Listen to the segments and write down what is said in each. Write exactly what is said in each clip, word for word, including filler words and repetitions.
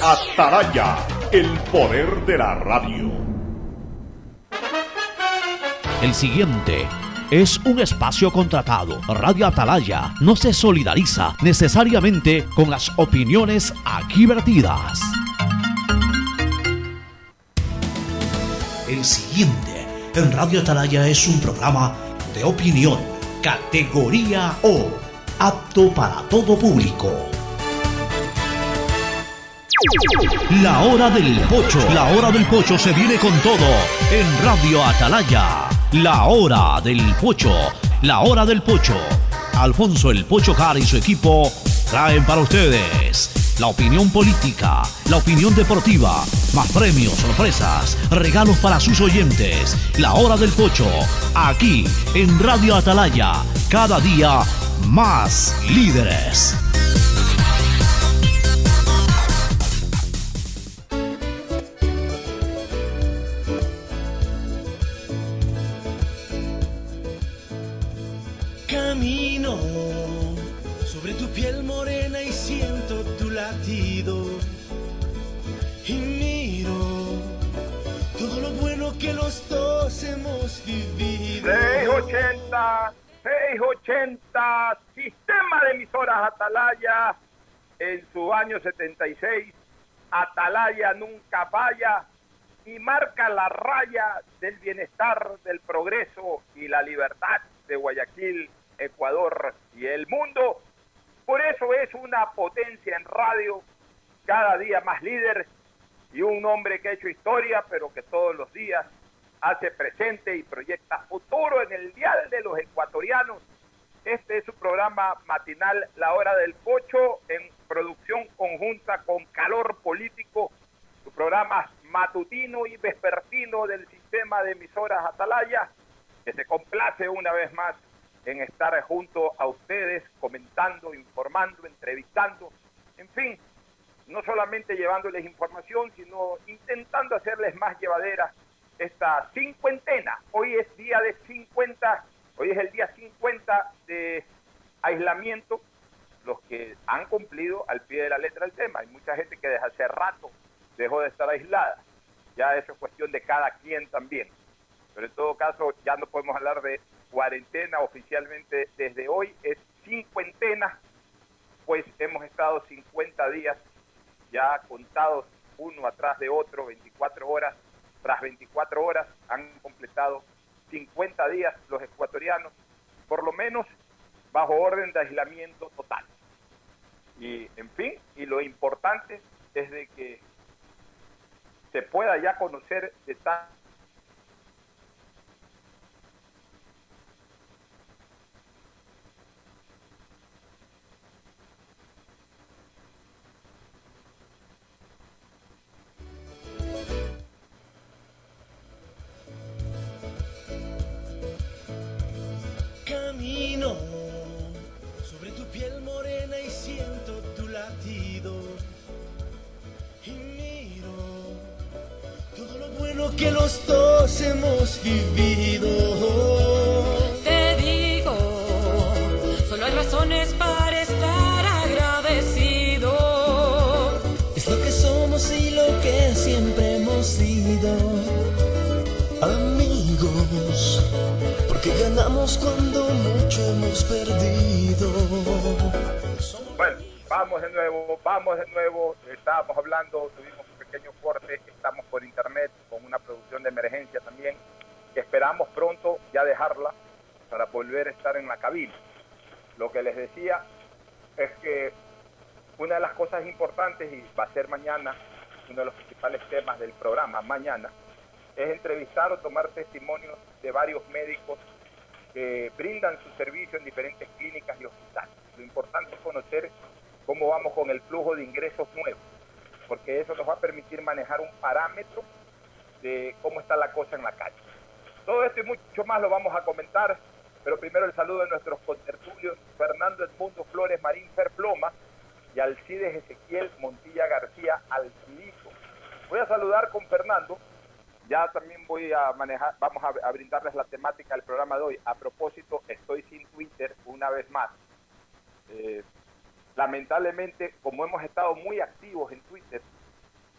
Atalaya, el poder de la radio. El siguiente es un espacio contratado. Radio Atalaya no se solidariza necesariamente con las opiniones aquí vertidas. El siguiente en Radio Atalaya es un programa de opinión, categoría O, apto para todo público. La hora del pocho. La hora del pocho se viene con todo en Radio Atalaya. La hora del pocho. La hora del pocho. Alfonso el Pocho Cara y su equipo traen para ustedes la opinión política, la opinión deportiva, más premios, sorpresas, regalos para sus oyentes. La hora del pocho, aquí en Radio Atalaya, cada día más líderes. Camino sobre tu piel morena y siento tu latido y miro todo lo bueno que los dos hemos vivido. seiscientos ochenta, seiscientos ochenta, sistema de emisoras Atalaya en su año setenta y seis. Atalaya nunca falla y marca la raya del bienestar, del progreso y la libertad de Guayaquil, Ecuador y el mundo. Por eso es una potencia en radio, cada día más líder y un hombre que ha hecho historia, pero que todos los días hace presente y proyecta futuro en el dial de los ecuatorianos. Este es su programa matinal, La Hora del Pocho, en producción conjunta con Calor Político, su programa matutino y vespertino del sistema de emisoras Atalaya, que se complace una vez más en estar junto a ustedes, comentando, informando, entrevistando, en fin, no solamente llevándoles información, sino intentando hacerles más llevadera esta cincuentena. Hoy es día de cincuenta, hoy es el día cincuenta de aislamiento, los que han cumplido al pie de la letra el tema. Hay mucha gente que desde hace rato dejó de estar aislada, ya eso es cuestión de cada quien también. Pero en todo caso ya no podemos hablar de cuarentena oficialmente desde hoy, es cincuentena, pues hemos estado cincuenta días ya contados uno atrás de otro, veinticuatro horas tras veinticuatro horas, han completado cincuenta días los ecuatorianos, por lo menos bajo orden de aislamiento total. Y en fin, y lo importante es de que se pueda ya conocer de tal Camino sobre tu piel morena y siento tu latido y miro todo lo bueno que los dos hemos vivido. Te digo, solo hay razones para estar agradecido. Es lo que somos y lo que siempre hemos sido, amigos, porque ganamos cuando mucho hemos perdido. Bueno, vamos de nuevo, vamos de nuevo. Estábamos hablando, tuvimos un pequeño corte, estamos por internet con una producción de emergencia también. Esperamos pronto ya dejarla para volver a estar en la cabina. Lo que les decía es que una de las cosas importantes, y va a ser mañana, uno de los principales temas del programa, mañana, es entrevistar o tomar testimonios de varios médicos que brindan su servicio en diferentes clínicas y hospitales. Lo importante es conocer cómo vamos con el flujo de ingresos nuevos, porque eso nos va a permitir manejar un parámetro de cómo está la cosa en la calle. Todo esto y mucho más lo vamos a comentar, pero primero el saludo de nuestros contertulios, Fernando Edmundo Flores Marín Ferploma y Alcides Ezequiel Montilla García Alcidizo. Voy a saludar con Fernando. Ya también voy a manejar, vamos a, a brindarles la temática del programa de hoy. A propósito, estoy sin Twitter una vez más. Eh, lamentablemente, como hemos estado muy activos en Twitter,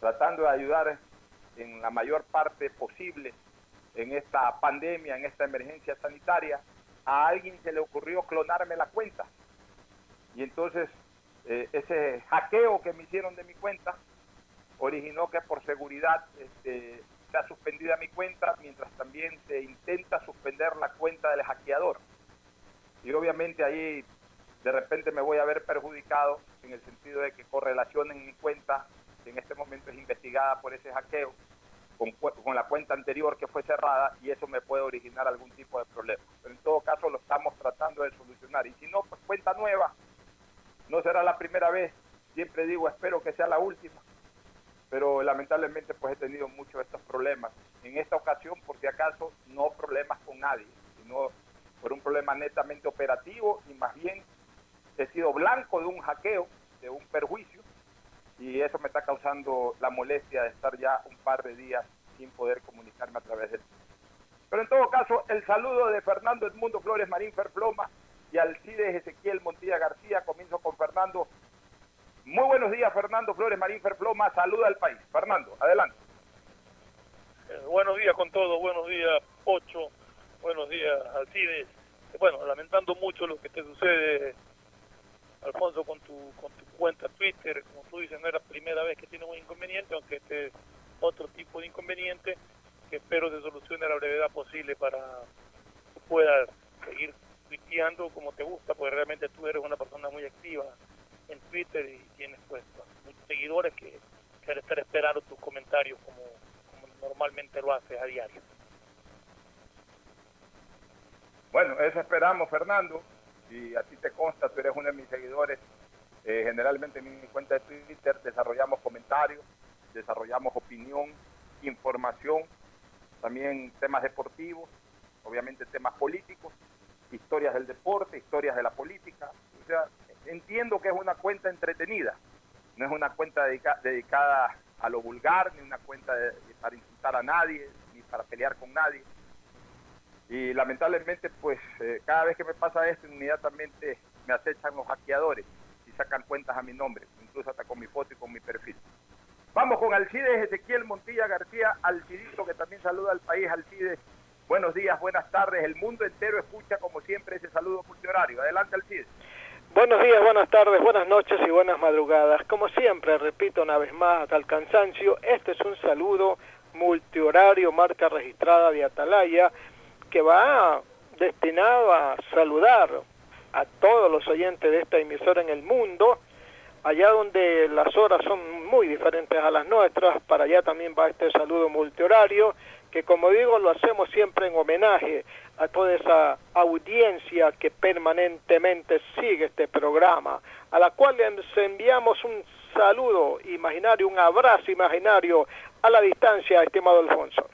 tratando de ayudar en la mayor parte posible en esta pandemia, en esta emergencia sanitaria. A alguien se le ocurrió clonarme la cuenta. Y entonces eh, ese hackeo que me hicieron de mi cuenta originó que por seguridad este, sea suspendida mi cuenta, mientras también se intenta suspender la cuenta del hackeador. Y obviamente ahí de repente me voy a ver perjudicado en el sentido de que correlacionen mi cuenta, que en este momento es investigada por ese hackeo, con, con la cuenta anterior que fue cerrada, y eso me puede originar algún tipo de problema. Pero en todo caso lo estamos tratando de solucionar. Y si no, pues cuenta nueva, no será la primera vez, siempre digo, espero que sea la última. Pero lamentablemente pues he tenido muchos de estos problemas. En esta ocasión, por si acaso, no problemas con nadie, sino por un problema netamente operativo, y más bien he sido blanco de un hackeo, de un perjuicio, y eso me está causando la molestia de estar ya un par de días sin poder comunicarme a través del... Pero en todo caso, el saludo de Fernando Edmundo Flores Marín Ferfloma y Alcides Ezequiel Montilla García. Comienzo con Fernando. Muy buenos días, Fernando Flores Marín Ferfloma, saluda al país. Fernando, adelante. Eh, buenos días con todo, buenos días Pocho, buenos días Alcides. Eh, bueno, lamentando mucho lo que te sucede, Alfonso, con tu con tu cuenta Twitter. Como tú dices, no es la primera vez que tienes un inconveniente, aunque este es otro tipo de inconveniente que espero se solucione a la brevedad posible para que puedas seguir tuiteando como te gusta, porque realmente tú eres una persona muy activa en Twitter y tienes pues muchos seguidores que quieren estar esperando tus comentarios como, como normalmente lo haces a diario. Bueno, eso esperamos, Fernando, y a ti te consta, tú eres uno de mis seguidores. Eh, generalmente en mi cuenta de Twitter desarrollamos comentarios, desarrollamos opinión, información, también temas deportivos, obviamente temas políticos, historias del deporte, historias de la política. O sea, entiendo que es una cuenta entretenida, no es una cuenta dedica, dedicada a lo vulgar, ni una cuenta de, de, para insultar a nadie, ni para pelear con nadie. Y lamentablemente, pues, eh, cada vez que me pasa esto, inmediatamente me acechan los hackeadores y sacan cuentas a mi nombre, incluso hasta con mi foto y con mi perfil. Vamos con Alcides Ezequiel Montilla García, Alcidito, que también saluda al país. Alcides, buenos días, buenas tardes. El mundo entero escucha, como siempre, ese saludo multihorario. Adelante, Alcides. Buenos días, buenas tardes, buenas noches y buenas madrugadas. Como siempre, repito una vez más hasta el cansancio, este es un saludo multihorario, marca registrada de Atalaya, que va destinado a saludar a todos los oyentes de esta emisora en el mundo, allá donde las horas son muy diferentes a las nuestras. Para allá también va este saludo multihorario, que como digo, lo hacemos siempre en homenaje a toda esa audiencia que permanentemente sigue este programa, a la cual les enviamos un saludo imaginario, un abrazo imaginario a la distancia, estimado Alfonso.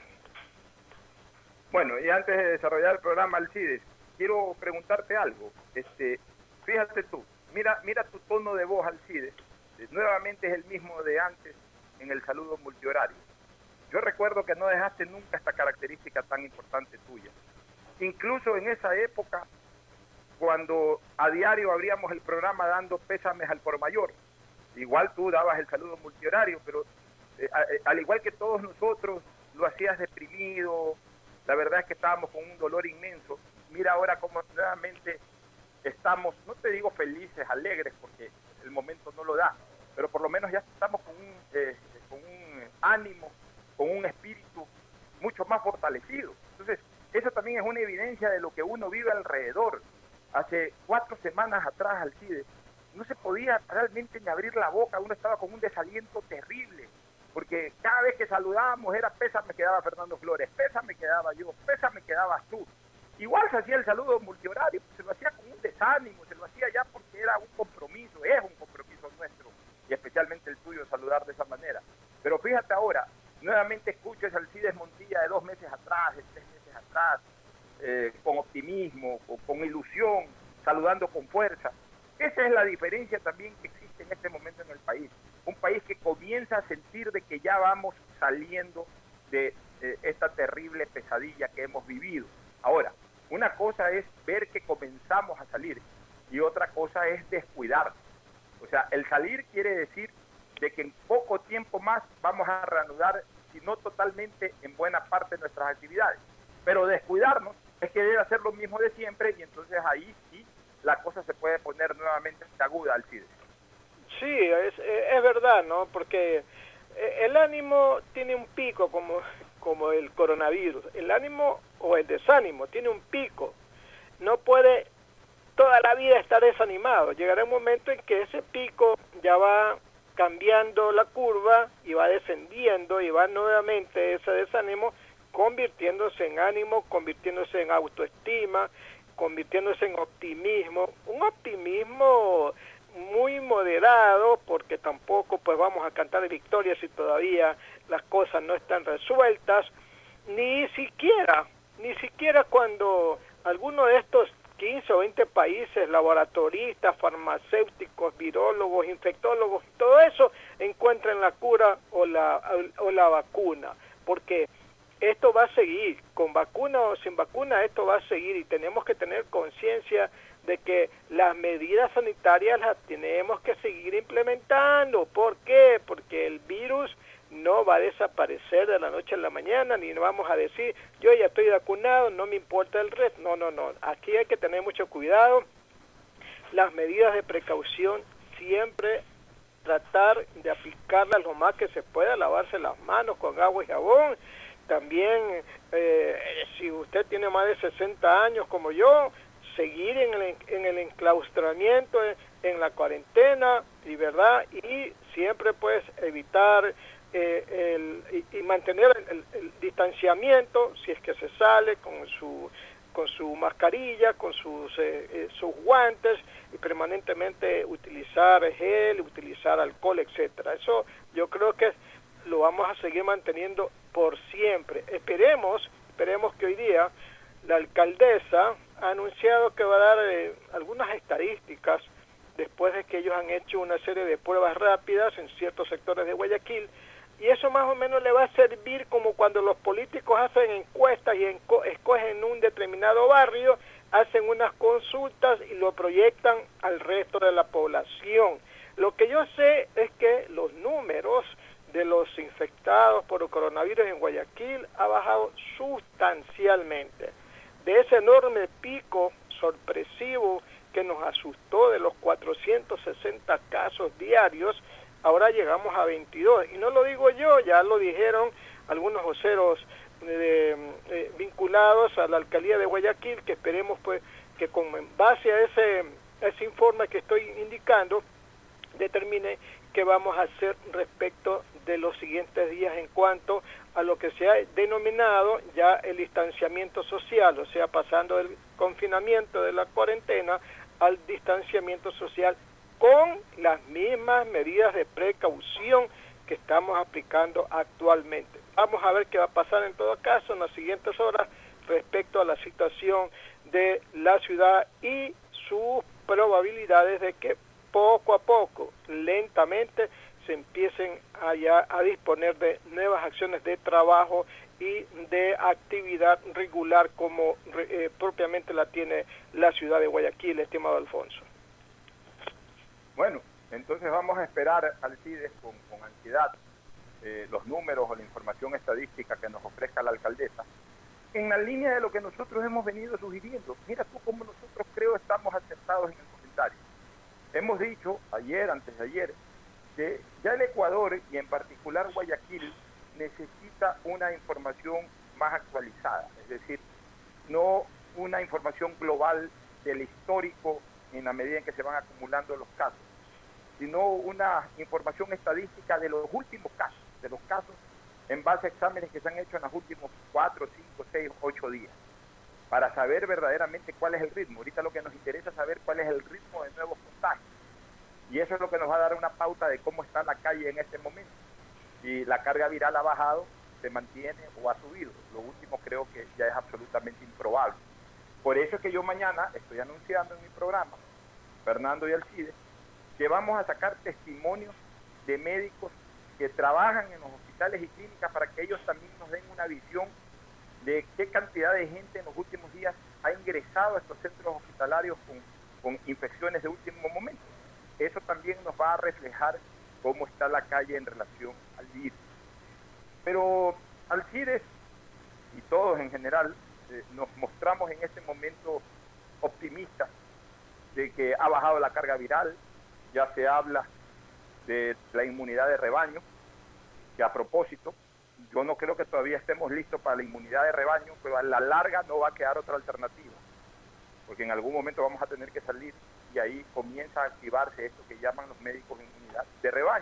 Bueno, y antes de desarrollar el programa, Alcides, quiero preguntarte algo. Este, fíjate tú, mira, mira tu tono de voz, Alcides, nuevamente es el mismo de antes en el saludo multihorario. Yo recuerdo que no dejaste nunca esta característica tan importante tuya. Incluso en esa época, cuando a diario abríamos el programa dando pésames al por mayor, igual tú dabas el saludo multihorario, pero eh, a, eh, al igual que todos nosotros, lo hacías deprimido. La verdad es que estábamos con un dolor inmenso. Mira ahora cómo nuevamente estamos, no te digo felices, alegres, porque el momento no lo da, pero por lo menos ya estamos con un, eh, con un ánimo, con un espíritu mucho más fortalecido. Entonces, eso también es una evidencia de lo que uno vive alrededor. Hace cuatro semanas atrás, Alcides, no se podía realmente ni abrir la boca, uno estaba con un desaliento terrible, porque cada vez que saludábamos era pésame quedaba Fernando Flores, pésame quedaba yo, pésame quedabas tú. Igual se hacía el saludo multihorario, se lo hacía con un desánimo, se lo hacía ya porque era un compromiso, es un compromiso nuestro, y especialmente el tuyo, saludar de esa manera. Pero fíjate ahora, nuevamente escucho ese Alcides Montilla de dos meses atrás, de tres meses atrás, eh, con optimismo, con, con ilusión, saludando con fuerza. Esa es la diferencia también que existe en este momento en el país. Un país que comienza a sentir de que ya vamos saliendo de eh, esta terrible pesadilla que hemos vivido. Ahora, una cosa es ver que comenzamos a salir y otra cosa es descuidarnos. O sea, el salir quiere decir de que en poco tiempo más vamos a reanudar, si no totalmente, en buena parte de nuestras actividades. Pero descuidarnos es que debe hacer lo mismo de siempre, y entonces ahí sí la cosa se puede poner nuevamente aguda, Alcides. Sí, es, es verdad, ¿no? Porque el ánimo tiene un pico como, como el coronavirus. El ánimo o el desánimo tiene un pico. No puede toda la vida estar desanimado. Llegará un momento en que ese pico ya va cambiando la curva y va descendiendo y va nuevamente ese desánimo convirtiéndose en ánimo, convirtiéndose en autoestima, convirtiéndose en optimismo. Un optimismo muy moderado, porque tampoco pues vamos a cantar victorias si todavía las cosas no están resueltas, ni siquiera, ni siquiera cuando alguno de estos quince o veinte países, laboratoristas, farmacéuticos, virólogos, infectólogos, todo eso encuentren la cura o la, o la vacuna, porque esto va a seguir, con vacuna o sin vacuna, esto va a seguir, y tenemos que tener conciencia de que las medidas sanitarias las tenemos que seguir implementando. ¿Por qué? Porque el virus no va a desaparecer de la noche a la mañana, ni vamos a decir, yo ya estoy vacunado, no me importa el resto. No, no, no. Aquí hay que tener mucho cuidado. Las medidas de precaución, siempre tratar de aplicarlas lo más que se pueda, lavarse las manos con agua y jabón. También, eh, si usted tiene más de sesenta años como yo, seguir en el, en el enclaustramiento, en, en la cuarentena, y verdad, y siempre pues evitar eh, el, y, y mantener el, el distanciamiento, si es que se sale, con su con su mascarilla, con sus eh, eh, sus guantes, y permanentemente utilizar gel, utilizar alcohol, etcétera. Eso yo creo que lo vamos a seguir manteniendo por siempre. Esperemos, esperemos que hoy día la alcaldesa ha anunciado que va a dar eh, algunas estadísticas después de que ellos han hecho una serie de pruebas rápidas en ciertos sectores de Guayaquil, y eso más o menos le va a servir como cuando los políticos hacen encuestas y enco escogen un determinado barrio, hacen unas consultas y lo proyectan al resto de la población. Lo que yo sé es que los números de los infectados por el coronavirus en Guayaquil ha bajado sustancialmente. De ese enorme pico sorpresivo que nos asustó de los cuatrocientos sesenta casos diarios, ahora llegamos a veintidós. Y no lo digo yo, ya lo dijeron algunos voceros eh, eh, vinculados a la alcaldía de Guayaquil, que esperemos pues que con base a ese, a ese informe que estoy indicando, determine qué vamos a hacer respecto de los siguientes días en cuanto a lo que se ha denominado ya el distanciamiento social, o sea, pasando del confinamiento, de la cuarentena, al distanciamiento social con las mismas medidas de precaución que estamos aplicando actualmente. Vamos a ver qué va a pasar en todo caso en las siguientes horas respecto a la situación de la ciudad y sus probabilidades de que poco a poco, lentamente, se empiecen a, ya, a disponer de nuevas acciones de trabajo y de actividad regular como eh, propiamente la tiene la ciudad de Guayaquil, estimado Alfonso. Bueno, entonces vamos a esperar, Alcides, con, con ansiedad eh, los números o la información estadística que nos ofrezca la alcaldesa, en la línea de lo que nosotros hemos venido sugiriendo. Mira tú cómo nosotros creo estamos acertados en el comentario. Hemos dicho ayer, antes de ayer, que ya el Ecuador y en particular Guayaquil necesita una información más actualizada, es decir, no una información global del histórico en la medida en que se van acumulando los casos, sino una información estadística de los últimos casos, de los casos en base a exámenes que se han hecho en los últimos cuatro, cinco, seis, ocho días, para saber verdaderamente cuál es el ritmo. Ahorita lo que nos interesa es saber cuál es el ritmo de nuevos contagios. Y eso es lo que nos va a dar una pauta de cómo está la calle en este momento. Si la carga viral ha bajado, se mantiene o ha subido. Lo último creo que ya es absolutamente improbable. Por eso es que yo mañana estoy anunciando en mi programa, Fernando y Alcides, que vamos a sacar testimonios de médicos que trabajan en los hospitales y clínicas para que ellos también nos den una visión de qué cantidad de gente en los últimos días ha ingresado a estos centros hospitalarios con, con infecciones de último momento. Eso también nos va a reflejar cómo está la calle en relación al virus. Pero Alcides y todos en general eh, nos mostramos en este momento optimistas de que ha bajado la carga viral. Ya se habla de la inmunidad de rebaño, que a propósito, yo no creo que todavía estemos listos para la inmunidad de rebaño, pero a la larga no va a quedar otra alternativa, porque en algún momento vamos a tener que salir y ahí comienza a activarse esto que llaman los médicos de inmunidad de rebaño.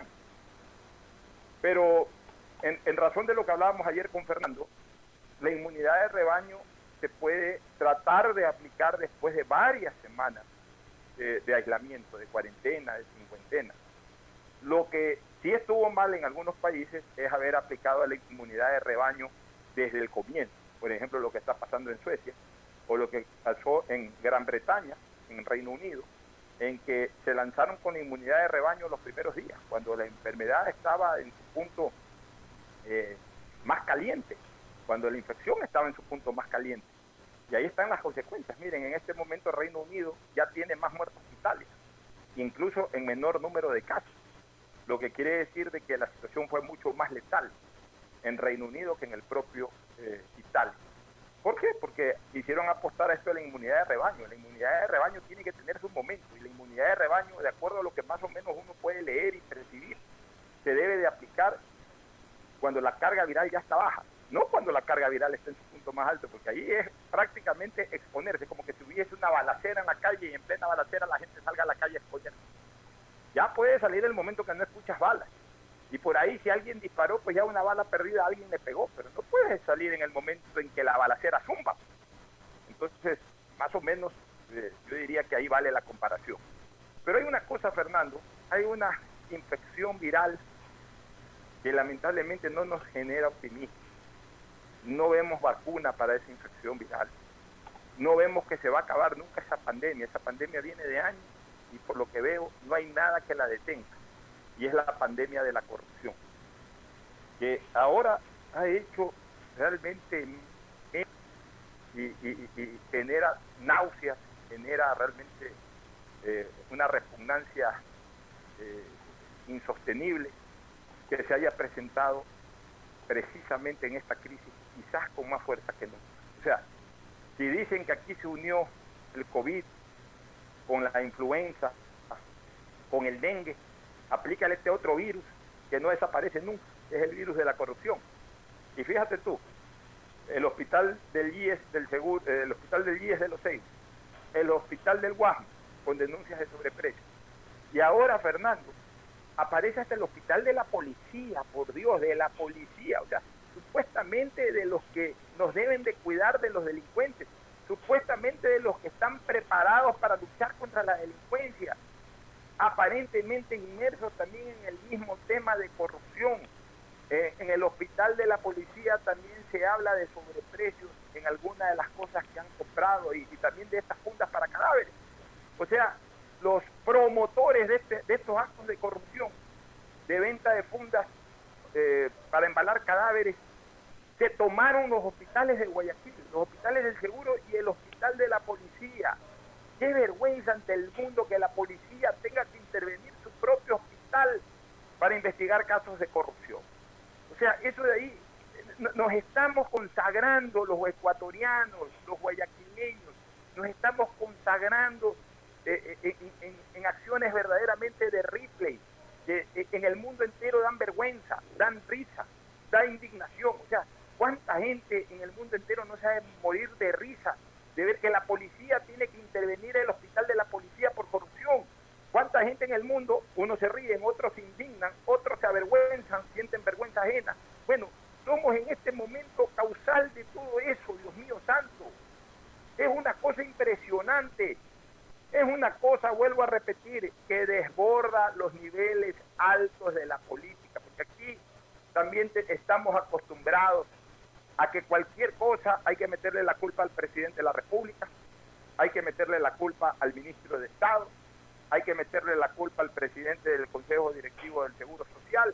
Pero en, en razón de lo que hablábamos ayer con Fernando, la inmunidad de rebaño se puede tratar de aplicar después de varias semanas de, de aislamiento, de cuarentena, de cincuentena. Lo que sí estuvo mal en algunos países es haber aplicado la inmunidad de rebaño desde el comienzo. Por ejemplo, lo que está pasando en Suecia, o lo que pasó en Gran Bretaña, en Reino Unido, en que se lanzaron con la inmunidad de rebaño los primeros días, cuando la enfermedad estaba en su punto eh, más caliente, cuando la infección estaba en su punto más caliente. Y ahí están las consecuencias. Miren, en este momento el Reino Unido ya tiene más muertos que Italia, incluso en menor número de casos, lo que quiere decir de que la situación fue mucho más letal en Reino Unido que en el propio eh, Italia. ¿Por qué? Porque hicieron apostar a esto de la inmunidad de rebaño. La inmunidad de rebaño tiene que tener su momento, y la inmunidad de rebaño, de acuerdo a lo que más o menos uno puede leer y percibir, se debe de aplicar cuando la carga viral ya está baja, no cuando la carga viral está en su punto más alto, porque ahí es prácticamente exponerse, como que si hubiese una balacera en la calle y en plena balacera la gente salga a la calle a exponerse. Ya puede salir el momento que no escuchas balas, y por ahí si alguien disparó, pues ya una bala perdida a alguien le pegó, pero no puedes salir en el momento en que la balacera zumba. Entonces, más o menos, eh, yo diría que ahí vale la comparación. Pero hay una cosa, Fernando, hay una infección viral que lamentablemente no nos genera optimismo. No vemos vacuna para esa infección viral. No vemos que se va a acabar nunca esa pandemia. Esa pandemia viene de años y por lo que veo no hay nada que la detenga. Y es la pandemia de la corrupción, que ahora ha hecho realmente y, y, y genera náuseas, genera realmente eh, una repugnancia eh, insostenible que se haya presentado precisamente en esta crisis, quizás con más fuerza que nunca. O sea, si dicen que aquí se unió el COVID con la influenza, con el dengue, aplícale este otro virus que no desaparece nunca, es el virus de la corrupción. Y fíjate tú, el hospital del I E S del Seguro, eh, el hospital del I E S de Los Seis, el hospital del Guasmo, con denuncias de sobreprecio. Y ahora, Fernando, aparece hasta el hospital de la policía, por Dios, de la policía, o sea, supuestamente de los que nos deben de cuidar de los delincuentes, supuestamente de los que están preparados para luchar contra la delincuencia, aparentemente inmersos también en el mismo tema de corrupción. Eh, en el hospital de la policía también se habla de sobreprecios en algunas de las cosas que han comprado y, y también de estas fundas para cadáveres. O sea, los promotores de, este, de estos actos de corrupción, de venta de fundas eh, para embalar cadáveres, se tomaron los hospitales de Guayaquil, los hospitales del Seguro y el hospital de la policía. Qué vergüenza ante el mundo que la policía tenga que intervenir su propio hospital para investigar casos de corrupción. O sea, eso de ahí, nos estamos consagrando los ecuatorianos, los guayaquileños, nos estamos consagrando eh, en, en, en acciones verdaderamente de replay, que en el mundo entero dan vergüenza, dan risa, da indignación. O sea, ¿cuánta gente en el mundo entero no sabe morir de risa de ver que la policía tiene que intervenir en el hospital de la policía por corrupción? ¿Cuánta gente en el mundo, unos se ríen, otros se indignan, otros se avergüenzan, sienten vergüenza ajena? Bueno, somos en este momento causal de todo eso, Dios mío santo. Es una cosa impresionante, es una cosa, vuelvo a repetir, que desborda los niveles altos de la política, porque aquí también te, estamos acostumbrados a que cualquier cosa hay que meterle la culpa al presidente de la República, hay que meterle la culpa al ministro de Estado, hay que meterle la culpa al presidente del Consejo Directivo del Seguro Social,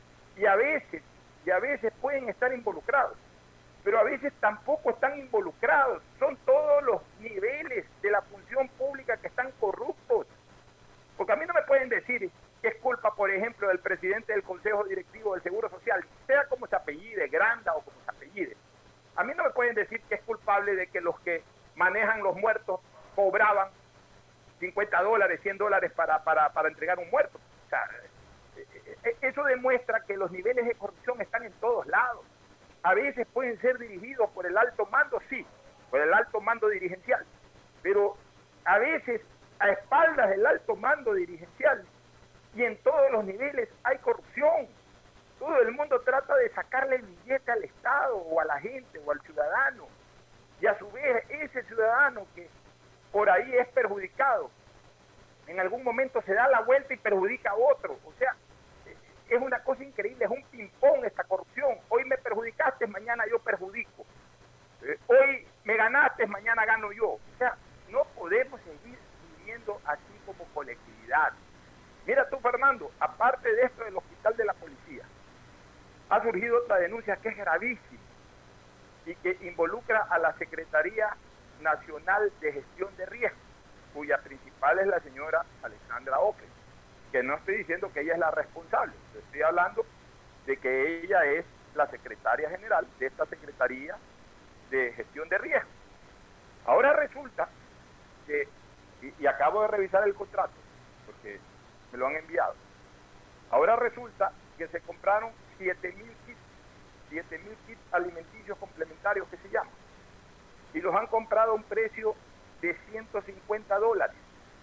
y a veces, y a veces pueden estar involucrados, pero a veces tampoco están involucrados, son todos los niveles de la función pública que están corruptos, porque a mí no me pueden decir que es culpa, por ejemplo, del presidente del Consejo Directivo del Seguro Social, sea como se apellide, Granda o como se apellide. A mí no me pueden decir que es culpable de que los que manejan los muertos cobraban cincuenta dólares, cien dólares para, para, para entregar un muerto. O sea, eso demuestra que los niveles de corrupción están en todos lados. A veces pueden ser dirigidos por el alto mando, sí, por el alto mando dirigencial, pero a veces a espaldas del alto mando dirigencial y en todos los niveles hay corrupción. Todo el mundo trata de sacarle el billete al Estado o a la gente o al ciudadano, y a su vez ese ciudadano que por ahí es perjudicado, en algún momento se da la vuelta y perjudica a otro. O sea, es una cosa increíble, es un ping-pong esta corrupción. Hoy me perjudicaste, mañana yo perjudico. Eh, hoy me ganaste, mañana gano yo. O sea, no podemos seguir viviendo así como colectividad. Mira tú, Fernando, aparte de esto del hospital de la policía, ha surgido otra denuncia que es gravísima y que involucra a la Secretaría Nacional de Gestión de Riesgos, cuya principal es la señora Alexandra Ocre, que no estoy diciendo que ella es la responsable, estoy hablando de que ella es la secretaria general de esta Secretaría de Gestión de Riesgos. Ahora resulta que, y, y acabo de revisar el contrato, porque me lo han enviado, ahora resulta que se compraron siete mil kits, siete mil kits alimenticios complementarios que se llaman, y los han comprado a un precio de ciento cincuenta dólares.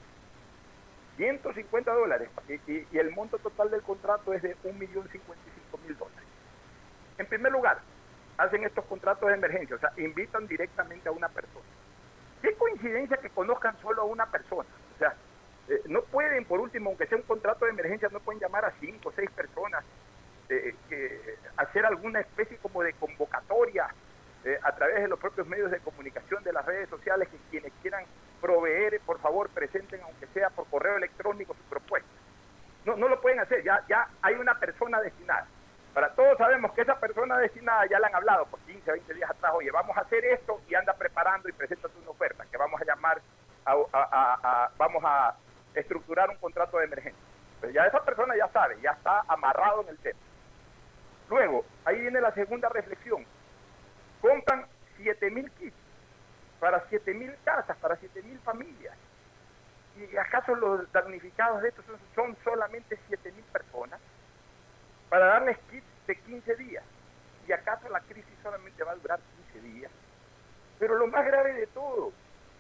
ciento cincuenta dólares, y, y, y el monto total del contrato es de un millón cincuenta y cinco mil dólares. En primer lugar, hacen estos contratos de emergencia, o sea, invitan directamente a una persona. Qué coincidencia que conozcan solo a una persona. O sea, eh, no pueden, por último, aunque sea un contrato de emergencia, no pueden llamar a cinco o seis personas, eh, que hacer alguna especie como de convocatoria eh, a través de los propios medios de comunicación, de las redes sociales, que quienes quieran proveer, por favor, presenten, aunque sea por correo electrónico, su propuesta. No, no lo pueden hacer, ya, ya hay una persona destinada. Para todos sabemos que esa persona destinada ya le han hablado por quince, veinte días atrás, oye, vamos a hacer esto, y anda preparando y presenta una oferta, que vamos a llamar, a, a, a, a, vamos a estructurar un contrato de emergencia. Pero ya esa persona ya sabe, ya está amarrado en el tema. Luego, ahí viene la segunda reflexión. Compran siete mil kits para siete mil casas, para siete mil familias. ¿Y acaso los damnificados de estos son, son solamente siete mil personas? Para darles kits de quince días. ¿Y acaso la crisis solamente va a durar quince días? Pero lo más grave de todo,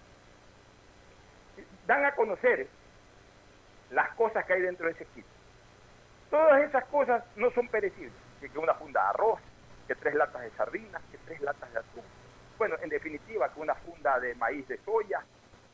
dan a conocer las cosas que hay dentro de ese kit. Todas esas cosas no son perecibles. Que una funda de arroz, que tres latas de sardinas, que tres latas de atún. Bueno, en definitiva, que una funda de maíz de soya,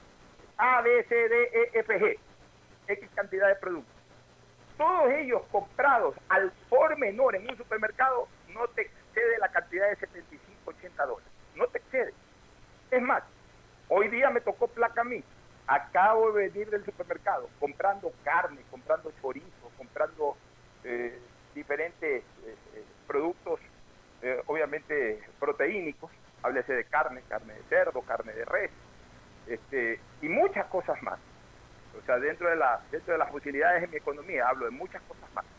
A, B, C, D, E, F, G, X cantidad de productos. Todos ellos comprados al por menor en un supermercado, no te excede la cantidad de setenta y cinco, ochenta dólares. No te excede. Es más, hoy día me tocó placa a mí. Acabo de venir del supermercado comprando carne, comprando chorizo, comprando eh, diferentes eh, eh, productos, eh, obviamente proteínicos, háblese de carne, carne de cerdo, carne de res, este, y muchas cosas más. O sea, dentro de, la, dentro de las posibilidades de mi economía, hablo de muchas cosas más.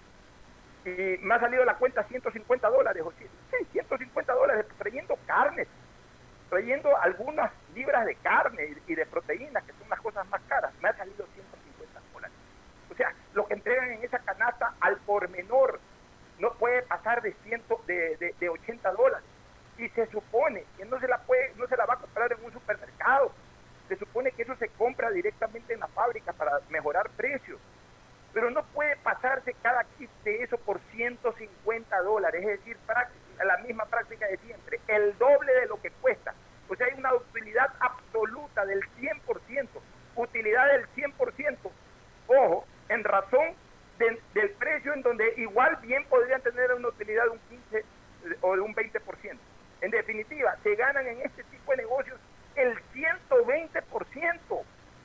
Y me ha salido la cuenta ciento cincuenta dólares, o sí, ciento cincuenta dólares trayendo carnes, trayendo algunas libras de carne y, y de proteínas, que son las cosas más caras. Me ha salido ciento cincuenta dólares. O sea, lo que entregan en esa canasta al por menor no puede pasar de, ciento, de, de, de ochenta dólares. Y se supone que no se la puede, no se la va a comprar en un supermercado. Se supone que eso se compra directamente en la fábrica para mejorar precios. Pero no puede pasarse cada kit de eso por ciento cincuenta dólares, es decir, la misma práctica de siempre, el doble de lo que cuesta. O sea, hay una utilidad absoluta del cien por ciento, utilidad del cien por ciento, ojo, en razón de, del precio, en donde igual bien podrían tener una utilidad de un quince o de un veinte por ciento. En definitiva, se ganan en este tipo de negocios el ciento veinte por ciento.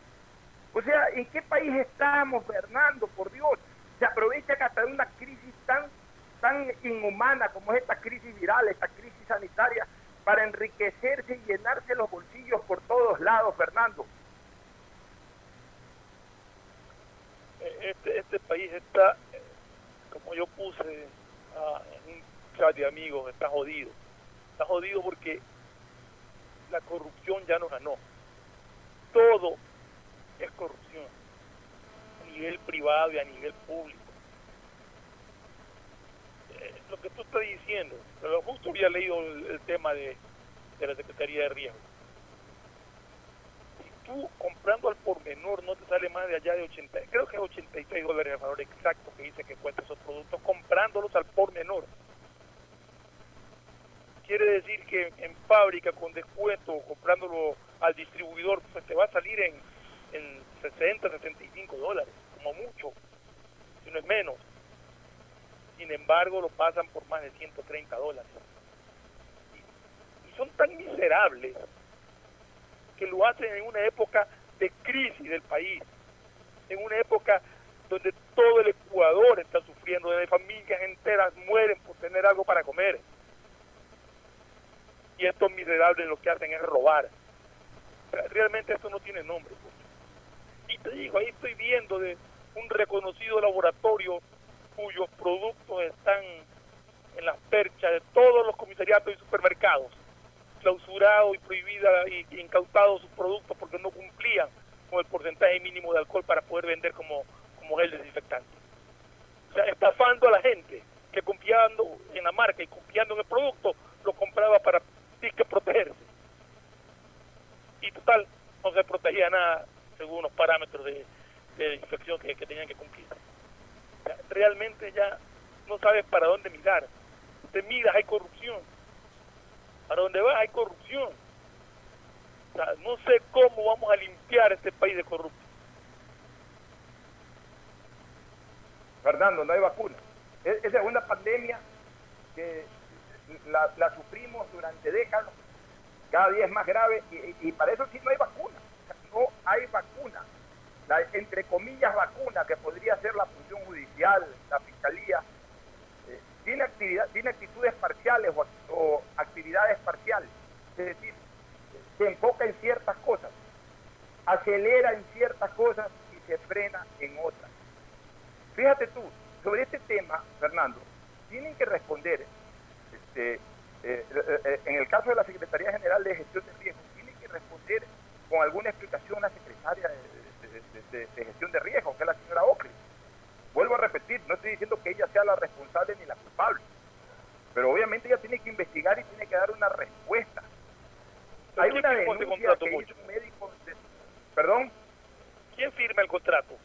O sea, ¿en qué país estamos, Fernando? Por Dios, se aprovechan hasta de una crisis tan, tan inhumana como es esta crisis viral, esta crisis sanitaria, para enriquecerse y llenarse los bolsillos por todos lados, Fernando. Eh, este, este país está, como yo puse ah, en un chat de amigos, está jodido. Está jodido porque la corrupción ya nos ganó. Todo es corrupción, a nivel privado y a nivel público. Eh, lo que tú estás diciendo, pero justo había leído el, el tema de, de la Secretaría de Riesgo. Si tú comprando al por menor no te sale más de allá de ochenta, creo que es ochenta y seis dólares el valor exacto que dice que cuesta esos productos, comprándolos al por menor. Quiere decir que en fábrica con descuento, comprándolo al distribuidor, pues te va a salir en, en sesenta, sesenta y cinco dólares, como mucho, si no es menos. Sin embargo, lo pasan por más de ciento treinta dólares. Y, y son tan miserables que lo hacen en una época de crisis del país, en una época donde todo el Ecuador está sufriendo, donde familias enteras mueren por tener algo para comer. Y estos miserables lo que hacen es robar. O sea, realmente esto no tiene nombre. Pues. Y te digo, ahí estoy viendo de un reconocido laboratorio cuyos productos están en las perchas de todos los comisariatos y supermercados, clausurados y prohibidas y incautados sus productos porque no cumplían con el porcentaje mínimo de alcohol para poder vender como, como gel desinfectante. O sea, estafando a la gente que confiando en la marca y confiando en el producto, lo compraba para que protegerse. Y total, no se protegía nada según los parámetros de, de desinfección que, que tenían que cumplir. O sea, realmente ya no sabes para dónde mirar. Te miras, hay corrupción. Para dónde vas hay corrupción. O sea, no sé cómo vamos a limpiar este país de corruptos. Fernando, no hay vacuna. Esa es una pandemia que La, la sufrimos durante décadas, cada día es más grave y, y para eso sí no hay vacuna, no hay vacuna, la, entre comillas vacuna que podría ser la función judicial, la fiscalía, eh, tiene actividad, tiene actitudes parciales o, o actividades parciales, es decir, se enfoca en ciertas cosas, acelera en ciertas cosas y se frena en otras. Fíjate tú, sobre este tema, Fernando, tienen que responder. Este, eh, eh, en el caso de la Secretaría General de Gestión de Riesgos, tiene que responder con alguna explicación la secretaria de, de, de, de, de Gestión de Riesgos, que es la señora Ocri. Vuelvo a repetir, no estoy diciendo que ella sea la responsable ni la culpable, pero obviamente ella tiene que investigar y tiene que dar una respuesta. Hay una denuncia contrato, que hizo un médico de, ¿Perdón? ¿Quién firma el contrato?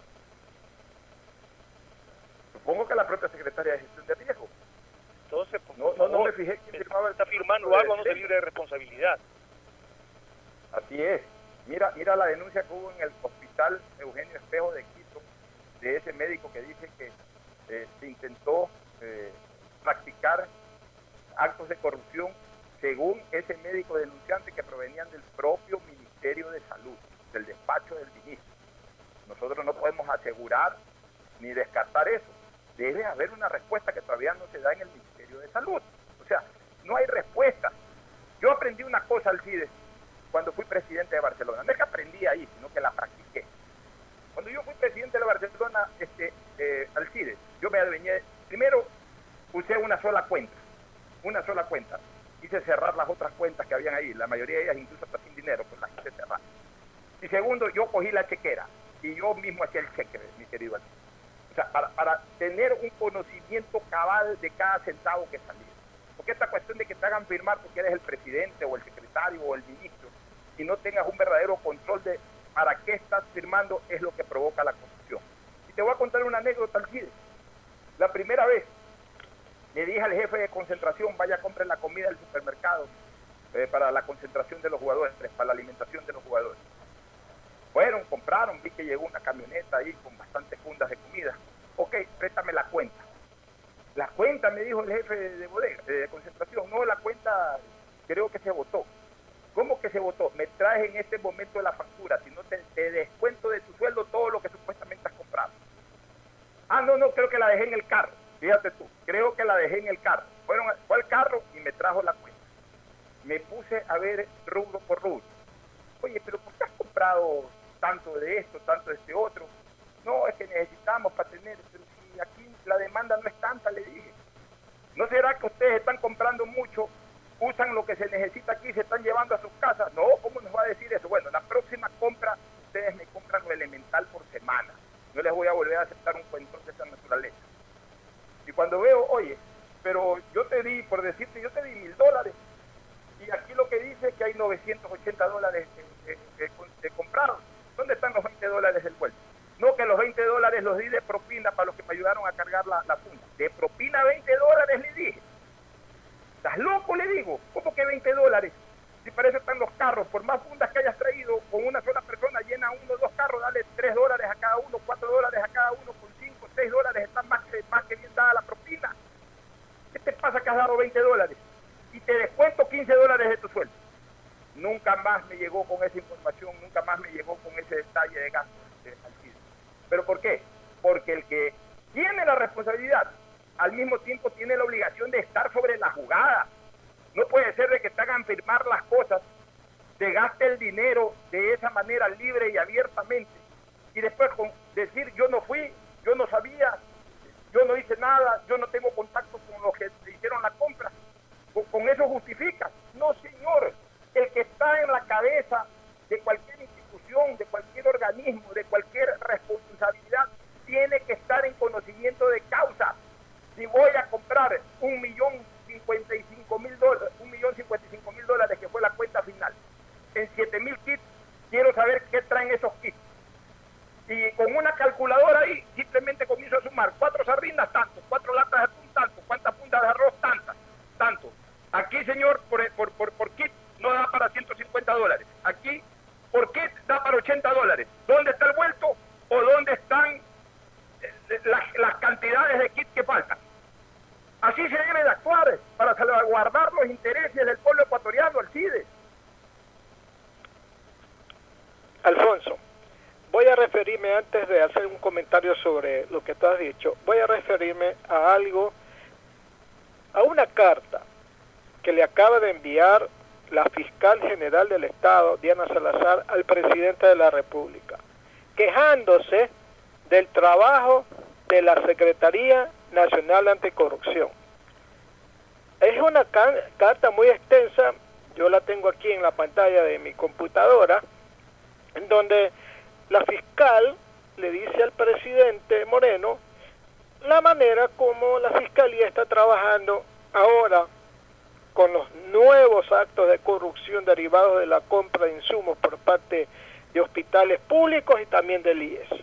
Supongo que la propia Secretaria de Gestión de Riesgos. Entonces, por no, no, no me fijé quién firmaba. Está firmando algo, no se libre de responsabilidad. Así es. Mira, mira la denuncia que hubo en el hospital Eugenio Espejo de Quito, de ese médico que dice que eh, se intentó eh, practicar actos de corrupción, según ese médico denunciante, que provenían del propio Ministerio de Salud, del despacho del ministro. Nosotros no podemos asegurar ni descartar eso. Debe haber una respuesta que todavía no se da en el Ministerio de Salud. O sea, no hay respuesta. Yo aprendí una cosa, Alcides, cuando fui presidente de Barcelona. No es que aprendí ahí, sino que la practiqué. Cuando yo fui presidente de Barcelona, este, eh, Alcides, yo me adueñé, primero usé una sola cuenta, una sola cuenta. Hice cerrar las otras cuentas que habían ahí, la mayoría de ellas incluso hasta sin dinero, pues las hice cerrar. Y segundo, yo cogí la chequera y yo mismo hacía el cheque, mi querido Alcides. O sea, para, para tener un conocimiento cabal de cada centavo que salía. Porque esta cuestión de que te hagan firmar porque eres el presidente o el secretario o el ministro y no tengas un verdadero control de para qué estás firmando es lo que provoca la corrupción. Y te voy a contar una anécdota, Alcides. La primera vez le dije al jefe de concentración, vaya a comprar la comida del supermercado eh, para la concentración de los jugadores, para la alimentación de los jugadores. Fueron, compraron, vi que llegó una camioneta ahí con bastantes fundas de comida. Ok, préstame la cuenta. La cuenta, me dijo el jefe de bodega, de concentración. No, la cuenta creo que se votó. ¿Cómo que se votó? Me traes en este momento la factura, si no te, te descuento de tu sueldo todo lo que supuestamente has comprado. Ah, no, no, creo que la dejé en el carro. Fíjate tú, creo que la dejé en el carro. Fueron, fue al carro y me trajo la cuenta. Me puse a ver rubro por rubro. Oye, pero ¿por qué has comprado tanto de esto, tanto de este otro? No, es que necesitamos para tener, pero si aquí la demanda no es tanta, le dije. ¿No será que ustedes están comprando mucho, usan lo que se necesita aquí y se están llevando a sus casas? No, ¿cómo nos va a decir eso? Bueno, la próxima compra, ustedes me compran lo elemental por semana. No les voy a volver a aceptar un cuentón de esa naturaleza. Y cuando veo, oye, pero yo te di, por decirte, yo te di mil dólares, y aquí lo que dice es que hay novecientos ochenta dólares de, de, de, de comprados. ¿Dónde están los veinte dólares del vuelto? No, que los veinte dólares los di de propina para los que me ayudaron a cargar la, la funda. De propina veinte dólares le dije. ¿Estás loco? Le digo. ¿Cómo que veinte dólares? Si para eso están los carros. Por más fundas que hayas traído, con una sola persona llena uno o dos carros, dale tres dólares a cada uno, cuatro dólares a cada uno, con cinco, seis dólares están más que, más que bien dada la propina. ¿Qué te pasa que has dado veinte dólares? Y te descuento quince dólares de tu sueldo. Nunca más me llegó con esa información, nunca más me llegó con ese detalle de gasto de Alcides. ¿Pero por qué? Porque el que tiene la responsabilidad, al mismo tiempo tiene la obligación de estar sobre la jugada. No puede ser de que te hagan firmar las cosas, te gaste el dinero de esa manera libre y abiertamente, y después con decir yo no fui, yo no sabía, yo no hice nada, yo no tengo contacto con los que hicieron la compra. Con, con eso justifica. No, señor. El que está en la cabeza de cualquier institución, de cualquier organismo, de cualquier responsabilidad, tiene que estar en conocimiento de causa. Si voy a comprar un millón cincuenta y cinco mil dólares, un millón cincuenta y cinco mil dólares que fue la cuenta final, en siete mil kits, quiero saber qué traen esos kits. Y con una calculadora ahí, simplemente comienzo a sumar cuatro sardinas, tanto, cuatro latas de atún, tanto, cuántas puntas de arroz, tantas, tanto. Aquí, señor, por, por, por, por kit no da para ciento cincuenta dólares. Aquí, por kit da para ochenta dólares. ¿Dónde está el vuelto? ¿O dónde están eh, las, las cantidades de kit que faltan? Así se debe de actuar para salvaguardar los intereses del pueblo ecuatoriano, Alcides. Alfonso, voy a referirme, antes de hacer un comentario sobre lo que tú has dicho, voy a referirme a algo, a una carta que le acaba de enviar la fiscal general del Estado, Diana Salazar, al presidente de la República, quejándose del trabajo de la Secretaría Nacional Anticorrupción. Es una car- carta muy extensa, yo la tengo aquí en la pantalla de mi computadora, en donde la fiscal le dice al presidente Moreno la manera como la fiscalía está trabajando ahora con los nuevos actos de corrupción derivados de la compra de insumos por parte de hospitales públicos y también del I E S.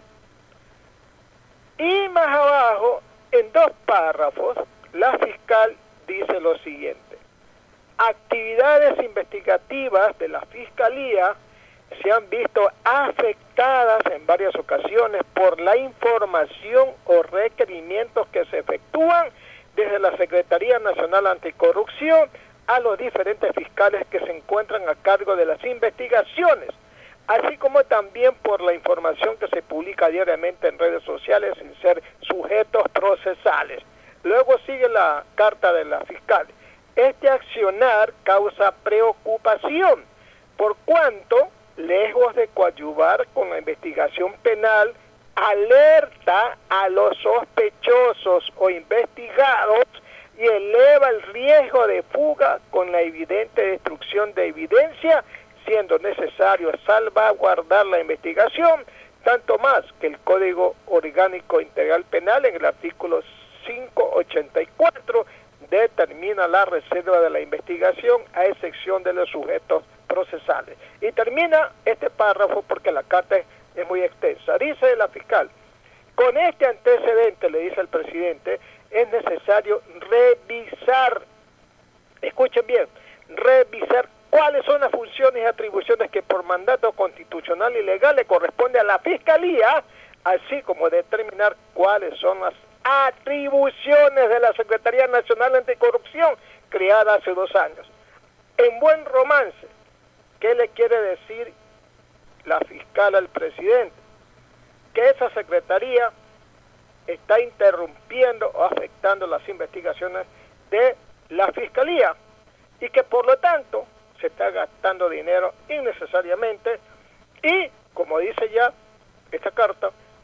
Y más abajo, en dos párrafos, la fiscal dice lo siguiente: actividades investigativas de la fiscalía se han visto afectadas en varias ocasiones por la información o requerimientos que se efectúan desde la Secretaría Nacional Anticorrupción a los diferentes fiscales que se encuentran a cargo de las investigaciones, así como también por la información que se publica diariamente en redes sociales sin ser sujetos procesales. Luego sigue la carta de la fiscal. Este accionar causa preocupación, por cuanto, lejos de coadyuvar con la investigación penal, alerta a los sospechosos o investigados y eleva el riesgo de fuga con la evidente destrucción de evidencia, siendo necesario salvaguardar la investigación, tanto más que el Código Orgánico Integral Penal en el artículo quinientos ochenta y cuatro determina la reserva de la investigación a excepción de los sujetos procesales. Y termina este párrafo porque la carta es, es muy extensa. Dice la fiscal: con este antecedente, le dice el presidente, es necesario revisar, escuchen bien, revisar cuáles son las funciones y atribuciones que por mandato constitucional y legal le corresponde a la Fiscalía, así como determinar cuáles son las atribuciones de la Secretaría Nacional Anticorrupción creada hace dos años. En buen romance, ¿qué le quiere decir la fiscal al presidente? Que esa secretaría está interrumpiendo o afectando las investigaciones de la Fiscalía y que por lo tanto se está gastando dinero innecesariamente y, como dice ya esta carta,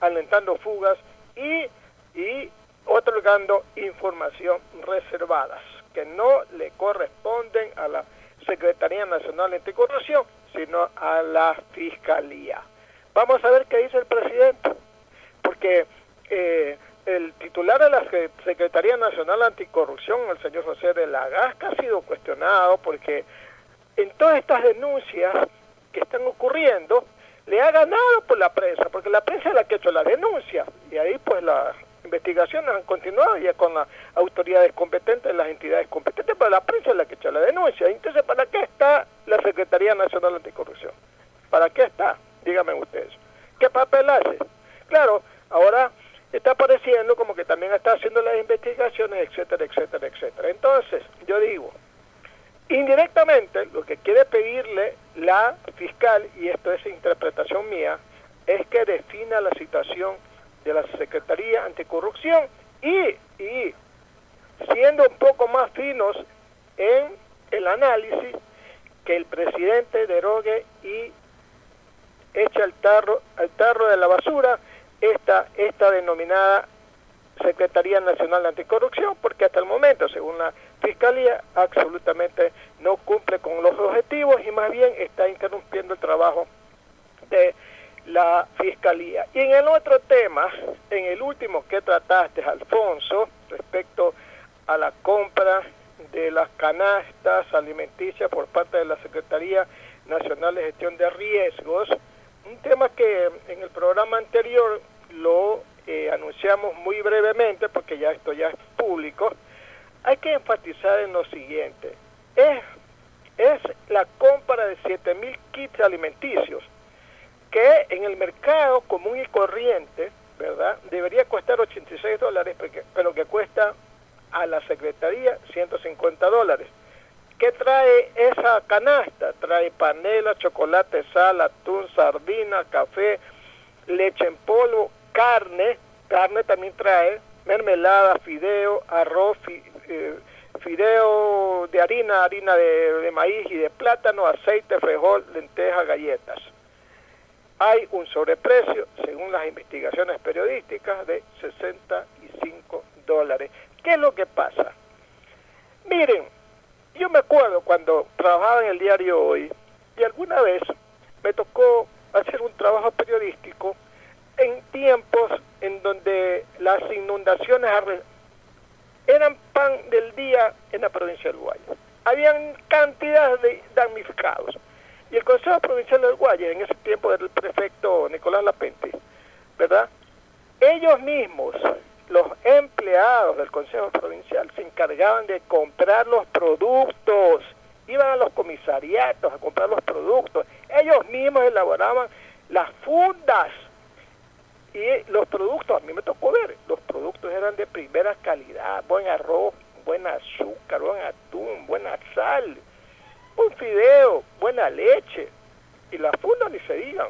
alentando fugas y, y otorgando información reservadas que no le corresponden a la Secretaría Nacional Anticorrupción, sino a la Fiscalía. Vamos a ver qué dice el presidente, porque eh, el titular de la Secretaría Nacional Anticorrupción, el señor José de la Gasca, ha sido cuestionado porque en todas estas denuncias que están ocurriendo, le ha ganado por la prensa, porque la prensa es la que ha hecho la denuncia, y ahí pues las investigaciones han continuado ya con las autoridades competentes, las entidades competentes, pero la prensa es la que ha hecho la denuncia. Entonces, ¿para qué está la Secretaría Nacional Anticorrupción? ¿Para qué está? Díganme ustedes. ¿Qué papel hace? Claro, ahora está apareciendo como que también está haciendo las investigaciones, etcétera, etcétera, etcétera. Entonces, yo digo, indirectamente, lo que quiere pedirle la fiscal, y esto es interpretación mía, es que defina la situación de la Secretaría Anticorrupción y, y siendo un poco más finos en el análisis, que el presidente derogue y eche al tarro, al tarro de la basura esta, esta denominada Secretaría Nacional Anticorrupción, porque hasta el momento, según la Fiscalía, absolutamente no cumple con los objetivos y más bien está interrumpiendo el trabajo de la Fiscalía. Y en el otro tema, en el último que trataste, Alfonso, respecto a la compra de las canastas alimenticias por parte de la Secretaría Nacional de Gestión de Riesgos, un tema que en el programa anterior lo eh, anunciamos muy brevemente, porque ya esto ya es público. Hay que enfatizar en lo siguiente, es, es la compra de siete mil kits alimenticios, que en el mercado común y corriente, ¿verdad?, debería costar ochenta y seis dólares, pero que cuesta a la Secretaría ciento cincuenta dólares. ¿Qué trae esa canasta? Trae panela, chocolate, sal, atún, sardina, café, leche en polvo, carne, carne también trae, mermelada, fideo, arroz, fi, eh, fideo de harina, harina de, de maíz y de plátano, aceite, frijol, lentejas, galletas. Hay un sobreprecio, según las investigaciones periodísticas, de sesenta y cinco dólares. ¿Qué es lo que pasa? Miren, yo me acuerdo cuando trabajaba en el diario Hoy, y alguna vez me tocó hacer un trabajo periodístico en tiempos en donde las inundaciones eran pan del día en la provincia del Guayas. Habían cantidad de damnificados. Y el Consejo Provincial del Guayas, en ese tiempo del prefecto Nicolás Lapente, ¿verdad?, ellos mismos, los empleados del Consejo Provincial, se encargaban de comprar los productos, iban a los comisariatos a comprar los productos, ellos mismos elaboraban las fundas, y los productos, a mí me tocó ver, los productos eran de primera calidad, buen arroz, buen azúcar, buen atún, buena sal, un fideo, buena leche, y las fundas ni se digan.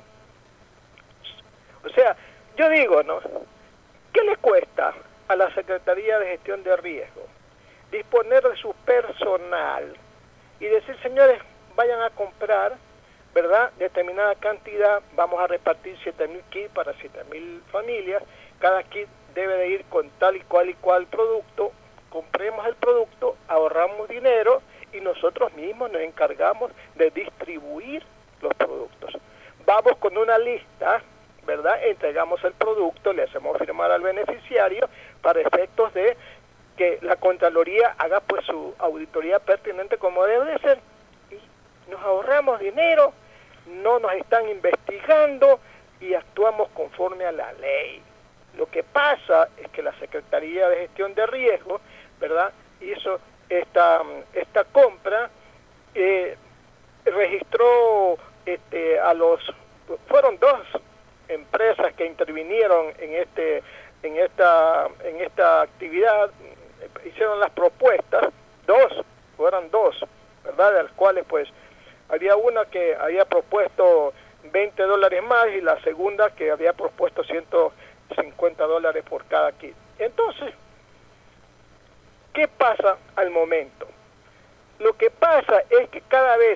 O sea, yo digo, ¿no?, ¿qué le cuesta a la Secretaría de Gestión de Riesgo disponer de su personal y decir, señores, vayan a comprar, ¿verdad?, determinada cantidad, vamos a repartir siete mil kits para siete mil familias, cada kit debe de ir con tal y cual y cual producto, compremos el producto, ahorramos dinero y nosotros mismos nos encargamos de distribuir los productos. Vamos con una lista, ¿verdad?, entregamos el producto, le hacemos firmar al beneficiario para efectos de que la Contraloría haga pues su auditoría pertinente como debe de ser. Y nos ahorramos dinero, no nos están investigando y actuamos conforme a la ley. Lo que pasa es que la Secretaría de Gestión de Riesgo, ¿verdad?, hizo esta, esta compra, eh, registró este, a los, fueron dos empresas que intervinieron en este, en esta, en esta actividad, hicieron las propuestas, dos, fueron dos, ¿verdad?, de las cuales pues había una que había propuesto veinte dólares más y la segunda que había propuesto ciento cincuenta dólares por cada kit. Entonces, ¿qué pasa al momento? Lo que pasa es que cada vez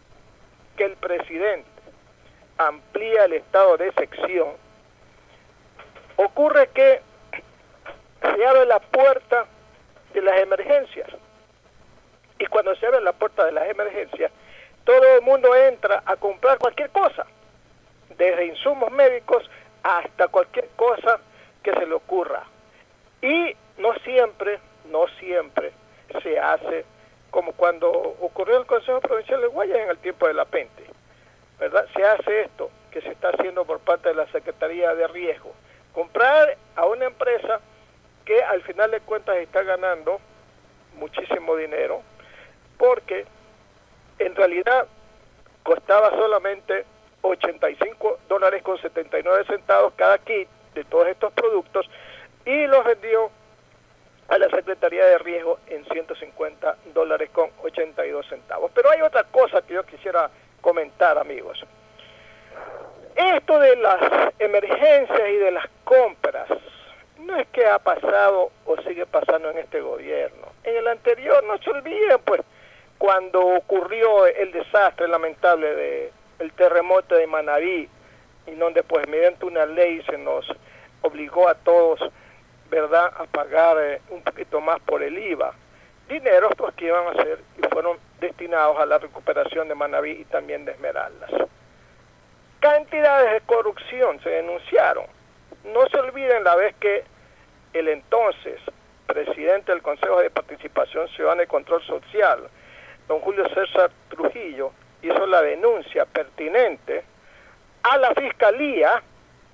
que el presidente amplía el estado de excepción, ocurre que se abre la puerta de las emergencias. Y cuando se abre la puerta de las emergencias, todo el mundo entra a comprar cualquier cosa, desde insumos médicos hasta cualquier cosa que se le ocurra. Y no siempre, no siempre se hace como cuando ocurrió el Consejo Provincial de Guayas en el tiempo de la Pente, ¿verdad? Se hace esto que se está haciendo por parte de la Secretaría de Riesgo, comprar a una empresa que al final de cuentas está ganando muchísimo dinero, porque en realidad costaba solamente ochenta y cinco dólares con setenta y nueve centavos cada kit de todos estos productos, y los vendió a la Secretaría de Riesgo en ciento cincuenta dólares con ochenta y dos centavos. Pero hay otra cosa que yo quisiera comentar, amigos. Esto de las emergencias y de las compras no es que ha pasado o sigue pasando en este gobierno. En el anterior, no se olviden, pues, cuando ocurrió el desastre lamentable de el terremoto de Manabí, y donde pues mediante una ley se nos obligó a todos, ¿verdad?, a pagar eh, un poquito más por el I V A. Dineros pues que iban a ser y fueron destinados a la recuperación de Manabí y también de Esmeraldas. Cantidades de corrupción se denunciaron. No se olviden la vez que el entonces presidente del Consejo de Participación Ciudadana y Control Social, don Julio César Trujillo, hizo la denuncia pertinente a la Fiscalía,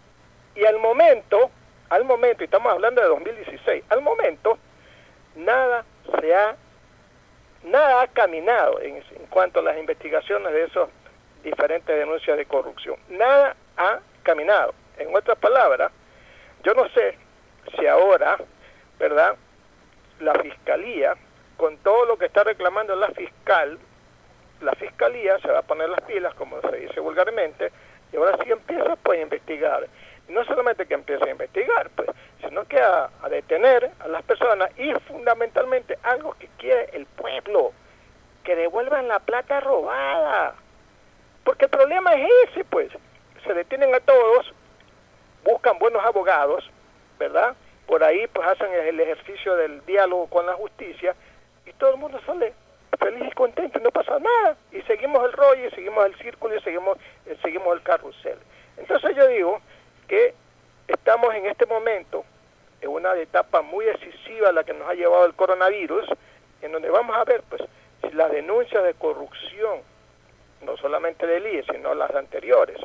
y al momento, al momento, y estamos hablando de dos mil dieciséis, al momento, nada se ha, nada ha caminado en, en cuanto a las investigaciones de esas diferentes denuncias de corrupción. Nada ha caminado. En otras palabras, yo no sé si ahora, ¿verdad?, la Fiscalía, con todo lo que está reclamando la fiscal, la Fiscalía se va a poner las pilas, como se dice vulgarmente, y ahora sí empieza pues a investigar. Y no solamente que empiece a investigar, pues, sino que a, a detener a las personas, y fundamentalmente algo que quiere el pueblo, que devuelvan la plata robada. Porque el problema es ese, pues, se detienen a todos, buscan buenos abogados, ¿verdad? Por ahí pues hacen el ejercicio del diálogo con la justicia, y todo el mundo sale feliz y contento, y no pasa nada, y seguimos el rollo, y seguimos el círculo, y seguimos, y seguimos el carrusel. Entonces yo digo que estamos en este momento en una etapa muy decisiva, la que nos ha llevado el coronavirus, en donde vamos a ver pues si las denuncias de corrupción, no solamente del I E, sino las anteriores,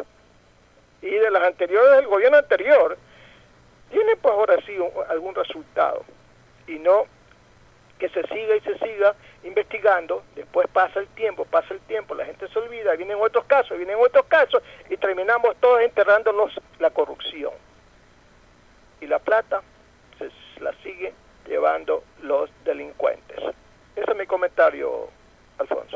y de las anteriores del gobierno anterior, tiene pues ahora sí un, algún resultado, y no que se siga y se siga investigando, después pasa el tiempo, pasa el tiempo, la gente se olvida, vienen otros casos, vienen otros casos, y terminamos todos enterrándonos la corrupción. Y la plata se la siguen llevando los delincuentes. Ese es mi comentario, Alfonso.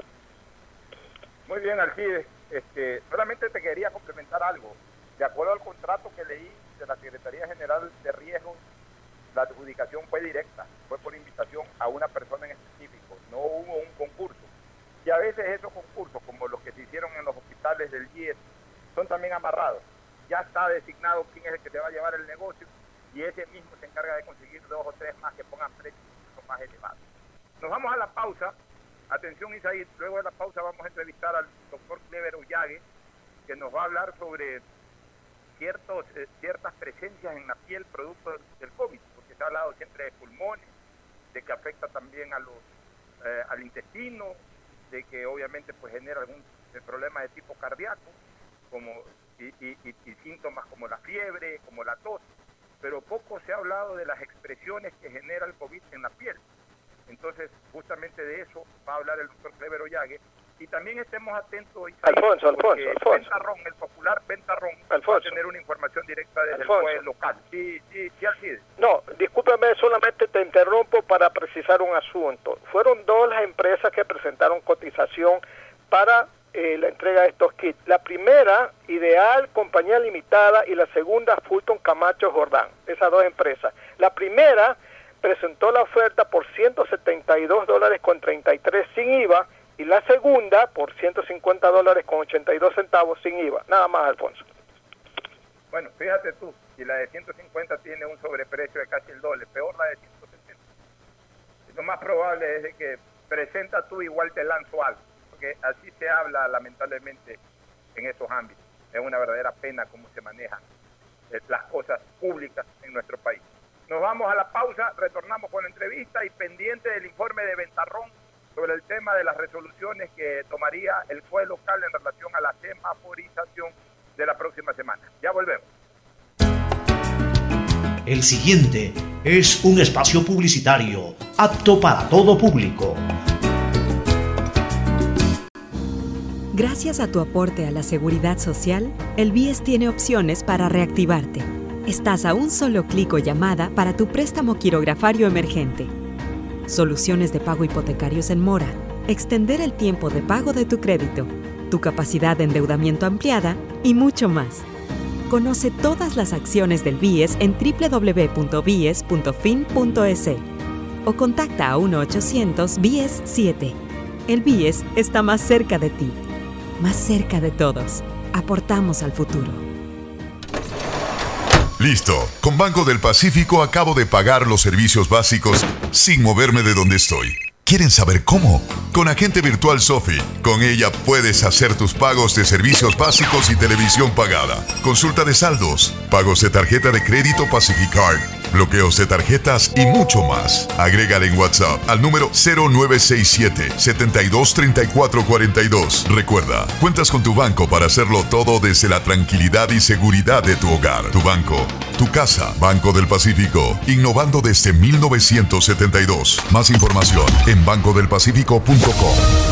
Muy bien, Alcides. Este, solamente te quería complementar algo. De acuerdo al contrato que leí de la Secretaría General de Riesgos, la adjudicación fue directa, fue por invitación a una persona en específico, no hubo un concurso. Y a veces esos concursos, como los que se hicieron en los hospitales del I E S, son también amarrados. Ya está designado quién es el que te va a llevar el negocio, y ese mismo se encarga de conseguir dos o tres más que pongan precios más elevados. Nos vamos a la pausa. Atención, Isaí, luego de la pausa vamos a entrevistar al doctor Clever Ollague, que nos va a hablar sobre ciertos, eh, ciertas presencias en la piel producto del COVID, porque se ha hablado siempre de pulmones, de que afecta también a los, eh, al intestino, de que obviamente pues genera algún problema de tipo cardíaco, como y, y, y, y síntomas como la fiebre, como la tos, pero poco se ha hablado de las expresiones que genera el COVID en la piel. Entonces, justamente de eso va a hablar el doctor Clever Ollague. Y también estemos atentos, Isaí, Alfonso, Alfonso, Alfonso. Ventarrón, el popular Ventarrón, Alfonso. va a tener una información directa desde Alfonso. el juez local. Sí, sí, sí, Alcides. No, discúlpame, solamente te interrumpo para precisar un asunto. Fueron dos las empresas que presentaron cotización para eh, la entrega de estos kits. La primera, Ideal, Compañía Limitada, y la segunda, Fulton Camacho Jordán. Esas dos empresas. La primera presentó la oferta por ciento setenta y dos dólares con treinta y tres sin I V A, y la segunda por ciento cincuenta dólares con ochenta y dos centavos sin I V A. Nada más, Alfonso. Bueno. Bueno, fíjate tú, si la de ciento cincuenta tiene un sobreprecio de casi el doble, peor la de ciento setenta. Lo más probable es de que presenta tú igual te lanzo algo, porque así se habla lamentablemente en esos ámbitos. Es una verdadera pena cómo se manejan eh, las cosas públicas en nuestro país. Nos vamos a la pausa, retornamos con la entrevista y pendiente del informe de Ventarrón sobre el tema de las resoluciones que tomaría el juez local en relación a la semaforización de la próxima semana. Ya volvemos. El siguiente es un espacio publicitario apto para todo público. Gracias a tu aporte a la seguridad social, el B I E S tiene opciones para reactivarte. Estás a un solo clic o llamada para tu préstamo quirografario emergente. Soluciones de pago hipotecarios en mora, extender el tiempo de pago de tu crédito, tu capacidad de endeudamiento ampliada y mucho más. Conoce todas las acciones del B I E S en doble u doble u doble u punto b i e s punto fin punto e s o contacta a uno ochocientos B I E S siete. El B I E S está más cerca de ti, más cerca de todos. Aportamos al futuro. Listo. Con Banco del Pacífico acabo de pagar los servicios básicos sin moverme de donde estoy. ¿Quieren saber cómo? Con Agente Virtual Sofi. Con ella puedes hacer tus pagos de servicios básicos y televisión pagada, consulta de saldos, pagos de tarjeta de crédito Pacificard, bloqueos de tarjetas y mucho más. Agrégale en WhatsApp al número cero nueve seis siete, setenta y dos, treinta y cuatro cuarenta y dos. Recuerda, cuentas con tu banco para hacerlo todo desde la tranquilidad y seguridad de tu hogar. Tu banco, tu casa. Banco del Pacífico, innovando desde mil novecientos setenta y dos. Más información en banco del pacífico punto com.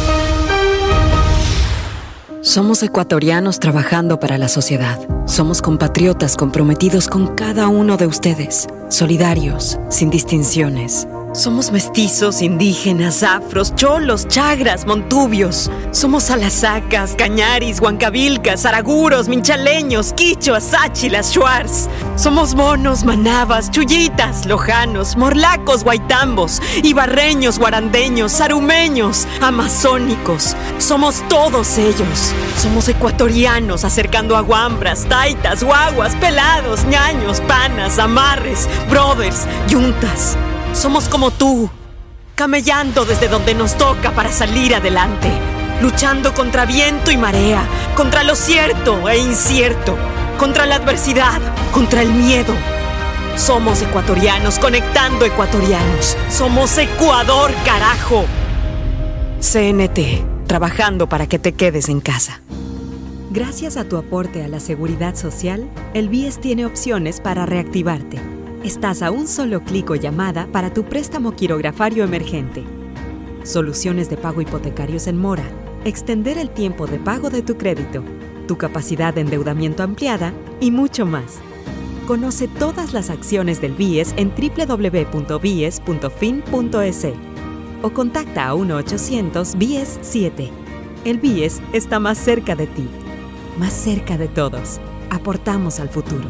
Somos ecuatorianos trabajando para la sociedad. Somos compatriotas comprometidos con cada uno de ustedes. Solidarios, sin distinciones. Somos mestizos, indígenas, afros, cholos, chagras, montubios. Somos alasacas, cañaris, huancavilcas, araguros, minchaleños, quichuas, sáchilas, shuars. Somos monos, manabas, chullitas, lojanos, morlacos, guaitambos, ibarreños, guarandeños, sarumeños, amazónicos. Somos todos ellos. Somos ecuatorianos acercando aguambras, taitas, guaguas, pelados, ñaños, panas, amarres, brothers, yuntas. Somos como tú, camellando desde donde nos toca para salir adelante, luchando contra viento y marea, contra lo cierto e incierto, contra la adversidad, contra el miedo. Somos ecuatorianos conectando ecuatorianos. Somos Ecuador, carajo. C N T, trabajando para que te quedes en casa. Gracias a tu aporte a la seguridad social, el B I E S tiene opciones para reactivarte. Estás a un solo clic o llamada para tu préstamo quirografario emergente. Soluciones de pago hipotecarios en mora, extender el tiempo de pago de tu crédito, tu capacidad de endeudamiento ampliada y mucho más. Conoce todas las acciones del B I E S en doble u doble u doble u punto b i e s punto fin punto e s o contacta a uno ochocientos B I E S siete. El B I E S está más cerca de ti, más cerca de todos. Aportamos al futuro.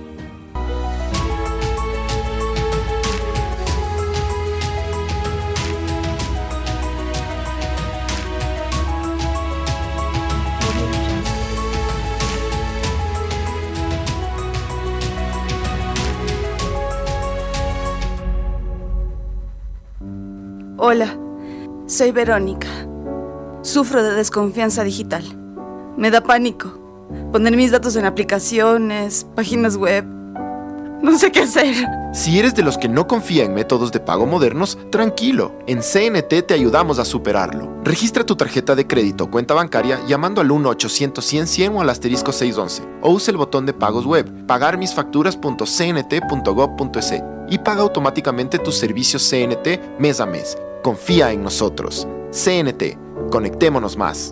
Hola, soy Verónica. Sufro de desconfianza digital. Me da pánico poner mis datos en aplicaciones, páginas web. No sé qué hacer. Si eres de los que no confía en métodos de pago modernos, tranquilo. En C N T te ayudamos a superarlo. Registra tu tarjeta de crédito o cuenta bancaria llamando al uno ochocientos, cien, cien o al asterisco seiscientos once o usa el botón de pagos web pagar mis facturas punto c n t punto gob punto e s y paga automáticamente tus servicios C N T mes a mes. Confía en nosotros. C N T. Conectémonos más.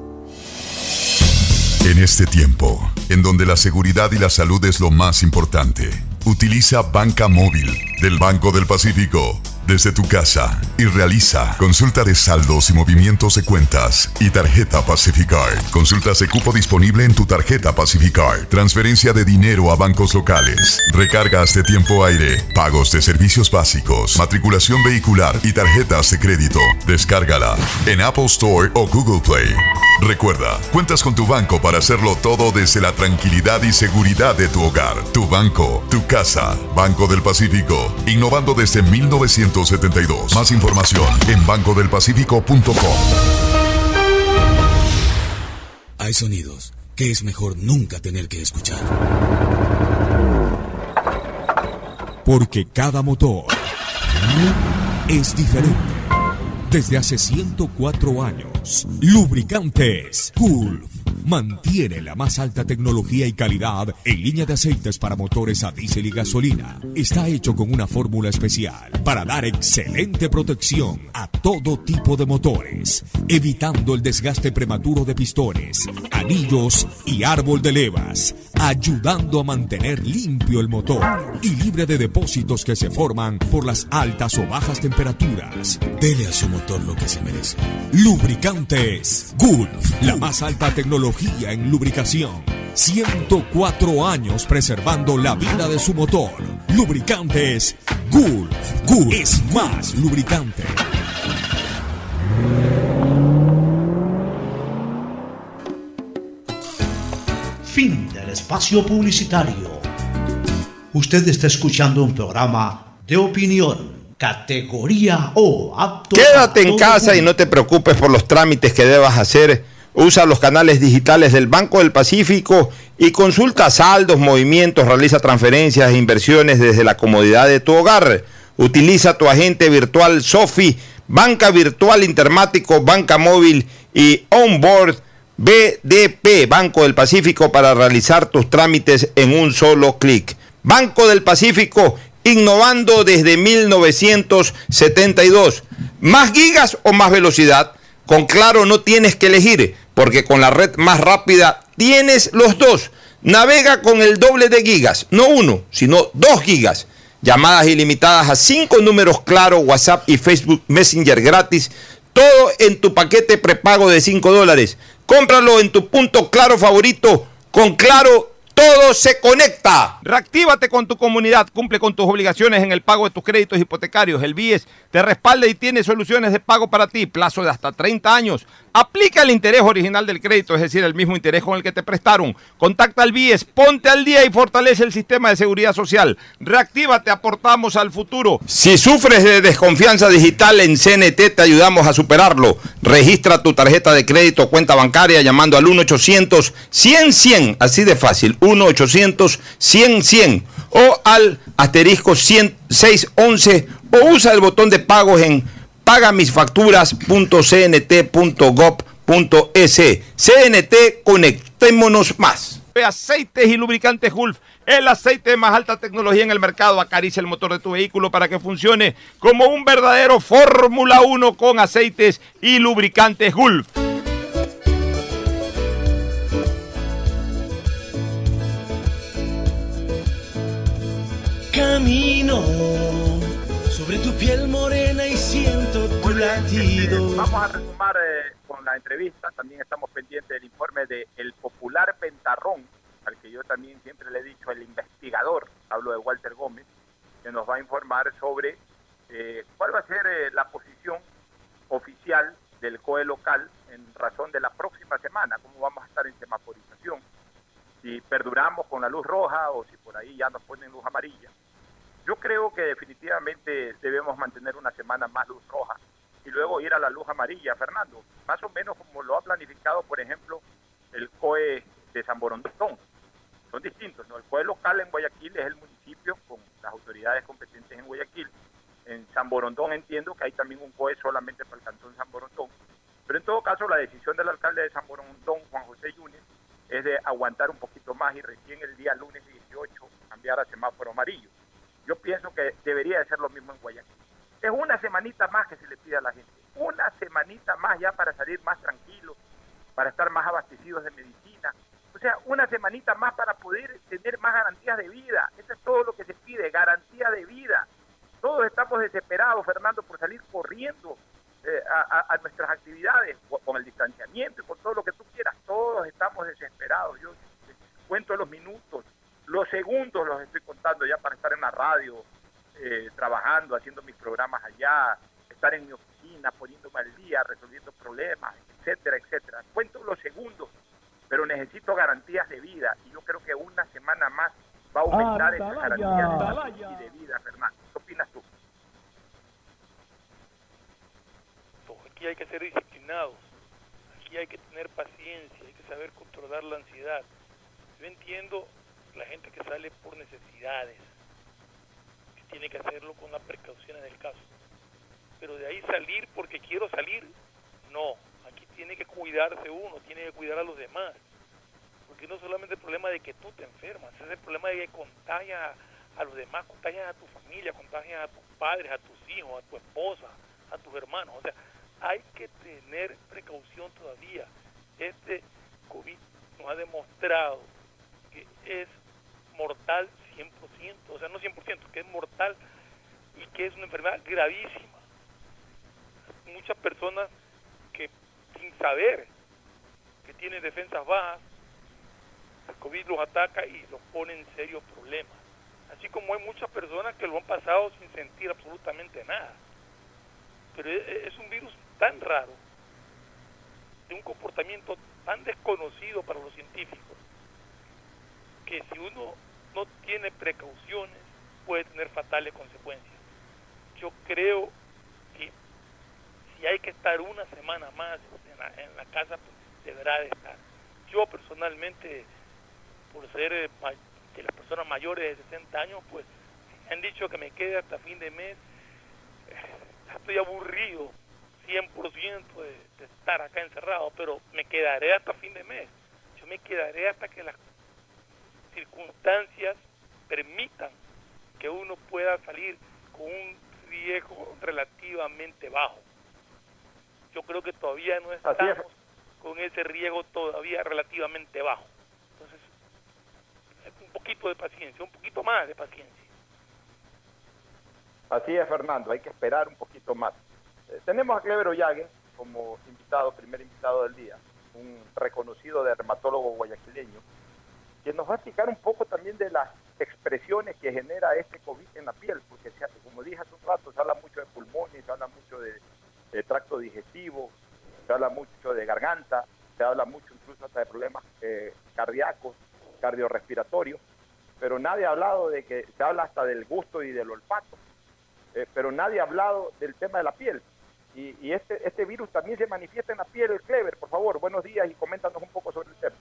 En este tiempo, en donde la seguridad y la salud es lo más importante, utiliza Banca Móvil del Banco del Pacífico. desde tu casa y realiza consulta de saldos y movimientos de cuentas y tarjeta Pacificard. Consultas de cupo disponible en tu tarjeta Pacificard. Transferencia de dinero a bancos locales. Recargas de tiempo aire. Pagos de servicios básicos. Matriculación vehicular y tarjetas de crédito. Descárgala en Apple Store o Google Play. Recuerda, cuentas con tu banco para hacerlo todo desde la tranquilidad y seguridad de tu hogar. Tu banco, tu casa. Banco del Pacífico. Innovando desde mil novecientos setenta y dos. Más información en banco del pacífico punto com. Hay sonidos que es mejor nunca tener que escuchar. Porque cada motor es diferente. Desde hace ciento cuatro años, Lubricantes Gulf mantiene la más alta tecnología y calidad en línea de aceites para motores a diésel y gasolina. Está hecho con una fórmula especial para dar excelente protección a todo tipo de motores, evitando el desgaste prematuro de pistones, anillos y árbol de levas, ayudando a mantener limpio el motor y libre de depósitos que se forman por las altas o bajas temperaturas. Dele a su motor lo que se merece. Lubricantes Gulf, la más alta tecnología en lubricación. ciento cuatro años preservando la vida de su motor. Lubricantes Gulf. Gulf es más lubricante. Fin del espacio publicitario. Usted está escuchando un programa de opinión. Categoría O. Apto Quédate en casa y no te preocupes por los trámites que debas hacer. Usa los canales digitales del Banco del Pacífico y consulta saldos, movimientos, realiza transferencias e inversiones desde la comodidad de tu hogar. Utiliza tu agente virtual Sofi, banca virtual Intermático, banca móvil y Onboard B D P, Banco del Pacífico, para realizar tus trámites en un solo clic. Banco del Pacífico, innovando desde mil novecientos setenta y dos. ¿Más gigas o más velocidad? Con Claro no tienes que elegir, porque con la red más rápida tienes los dos. Navega con el doble de gigas, no uno, sino dos gigas. Llamadas ilimitadas a cinco números Claro, WhatsApp y Facebook Messenger gratis. Todo en tu paquete prepago de cinco dólares. Cómpralo en tu punto Claro favorito. Con Claro, todo se conecta. Reactívate con tu comunidad, cumple con tus obligaciones en el pago de tus créditos hipotecarios. El B I E S te respalda y tiene soluciones de pago para ti, plazo de hasta treinta años. Aplica el interés original del crédito, es decir, el mismo interés con el que te prestaron. Contacta al B I E S, ponte al día y fortalece el sistema de seguridad social. Reactívate, aportamos al futuro. Si sufres de desconfianza digital, en C N T te ayudamos a superarlo. Registra tu tarjeta de crédito o cuenta bancaria llamando al uno ochocientos cien cien, así de fácil, uno ochocientos cien cien, o al asterisco seiscientos once, o usa el botón de pagos en pagamisfacturas punto c n t punto gov punto es. C N T, conectémonos más. Aceites y lubricantes Gulf, el aceite de más alta tecnología en el mercado. Acaricia el motor de tu vehículo para que funcione como un verdadero Fórmula uno con aceites y lubricantes Gulf. Camino sobre tu piel morena y siento tu latido. Este, vamos a retomar eh, con la entrevista. También estamos pendientes del informe de El Popular Pentarrón, al que yo también siempre le he dicho el investigador, hablo de Walter Gómez, que nos va a informar sobre eh, cuál va a ser eh, la posición oficial del C O E local en razón de la próxima semana, cómo vamos a estar en semaforización, si perduramos con la luz roja o si por ahí ya nos ponen luz amarilla. Yo creo que definitivamente debemos mantener una semana más luz roja y luego ir a la luz amarilla, Fernando, más o menos como lo ha planificado, por ejemplo, el C O E de San Borondón. Son distintos, ¿no? El C O E local en Guayaquil es el municipio con las autoridades competentes en Guayaquil. En San Borondón entiendo que hay también un C O E solamente para el cantón San Borondón. Pero en todo caso, la decisión del alcalde de San Borondón, Juan José Yunes, es de aguantar un poquito más y recién el día lunes dieciocho cambiar a semáforo amarillo. Yo pienso que debería de ser lo mismo en Guayaquil. Es una semanita más que se le pide a la gente. Una semanita más ya para salir más tranquilos, para estar más abastecidos de medicina. O sea, una semanita más para poder tener más garantías de vida. Eso es todo lo que se pide, garantía de vida. todos estamos desesperados, Fernando, por salir corriendo eh, a, a, a nuestras actividades, con el distanciamiento y con todo lo que tú quieras. Todos estamos desesperados. Yo cuento los minutos, los segundos los estoy contando ya para estar en la radio, eh, trabajando, haciendo mis programas allá, estar en mi oficina, poniéndome al día, resolviendo problemas, etcétera, etcétera. Cuento los segundos, pero necesito garantías de vida y yo creo que una semana más va a aumentar Atalaya, esas garantías de, Atalaya. y de vida, Fernando. ¿Qué opinas tú? Pues aquí hay que ser disciplinados, aquí hay que tener paciencia, hay que saber controlar la ansiedad. Yo entiendo la gente que sale por necesidades, que tiene que hacerlo con las precauciones del caso, pero de ahí salir porque quiero salir, no. Aquí tiene que cuidarse uno, tiene que cuidar a los demás, porque no solamente el problema de que tú te enfermas, es el problema de que contagias a, a los demás, contagias a tu familia, contagias a tus padres, a tus hijos, a tu esposa, a tus hermanos. O sea, hay que tener precaución todavía. Este COVID nos ha demostrado que es mortal cien por ciento, o sea, no cien por ciento, que es mortal y que es una enfermedad gravísima. Muchas personas que sin saber que tienen defensas bajas, el COVID los ataca y los pone en serios problemas. Así como hay muchas personas que lo han pasado sin sentir absolutamente nada. Pero es un virus tan raro, de un comportamiento tan desconocido para los científicos, que si uno no tiene precauciones puede tener fatales consecuencias. Yo creo que si hay que estar una semana más en la, en la casa, pues deberá de estar. Yo personalmente, por ser eh, de las personas mayores de sesenta años, pues me han dicho que me quede hasta fin de mes. Eh, estoy aburrido cien por ciento de, de estar acá encerrado, pero me quedaré hasta fin de mes. Yo me quedaré hasta que las circunstancias permitan que uno pueda salir con un riesgo relativamente bajo. Yo creo que todavía no estamos con ese riesgo todavía relativamente bajo. Entonces, un poquito de paciencia, un poquito más de paciencia. Así es, Fernando, hay que esperar un poquito más. Eh, tenemos a Clever Ollague como invitado, primer invitado del día, un reconocido dermatólogo guayaquileño, que nos va a explicar un poco también de las expresiones que genera este COVID en la piel, porque se, como dije hace un rato, se habla mucho de pulmones, se habla mucho de, de tracto digestivo, se habla mucho de garganta, se habla mucho incluso hasta de problemas eh, cardíacos, cardiorrespiratorios, pero nadie ha hablado de que se habla hasta del gusto y del olfato, eh, pero nadie ha hablado del tema de la piel. Y, y este, este virus también se manifiesta en la piel. Clever, por favor, buenos días y coméntanos un poco sobre el tema.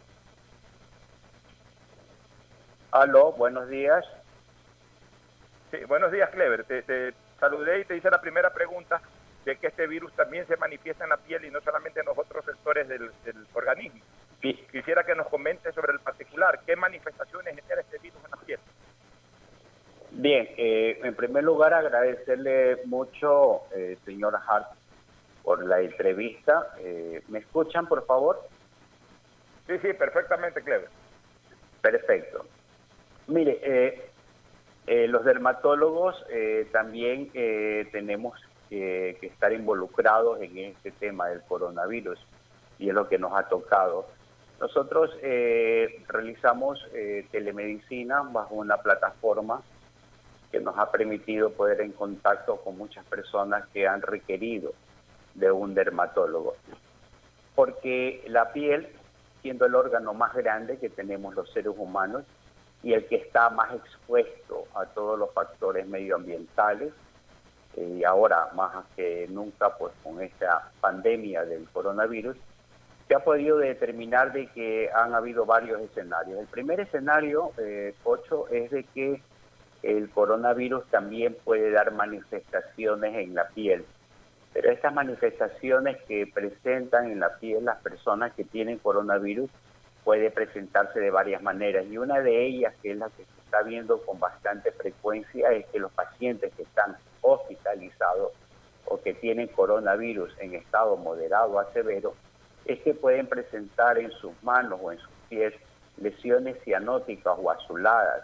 Aló, buenos días. Sí, buenos días, Clever. Te, te saludé y te hice la primera pregunta de que este virus también se manifiesta en la piel y no solamente en los otros sectores del, del organismo. Sí. Quisiera que nos comente sobre el particular. ¿Qué manifestaciones genera este virus en la piel? Bien, eh, en primer lugar agradecerle mucho, eh, señor Hart, por la entrevista. Eh, ¿Me escuchan, por favor? Sí, sí, perfectamente, Clever. Perfecto. Mire, eh, eh, los dermatólogos eh, también eh, tenemos eh, que estar involucrados en este tema del coronavirus y es lo que nos ha tocado. Nosotros eh, realizamos eh, telemedicina bajo una plataforma que nos ha permitido poder en contacto con muchas personas que han requerido de un dermatólogo. Porque la piel, siendo el órgano más grande que tenemos los seres humanos, y el que está más expuesto a todos los factores medioambientales, eh, y ahora más que nunca pues con esta pandemia del coronavirus, se ha podido determinar de que han habido varios escenarios. El primer escenario, eh, Pocho, es de que el coronavirus también puede dar manifestaciones en la piel, pero estas manifestaciones que presentan en la piel las personas que tienen coronavirus puede presentarse de varias maneras, y una de ellas, que es la que se está viendo con bastante frecuencia, es que los pacientes que están hospitalizados o que tienen coronavirus en estado moderado a severo, es que pueden presentar en sus manos o en sus pies lesiones cianóticas o azuladas,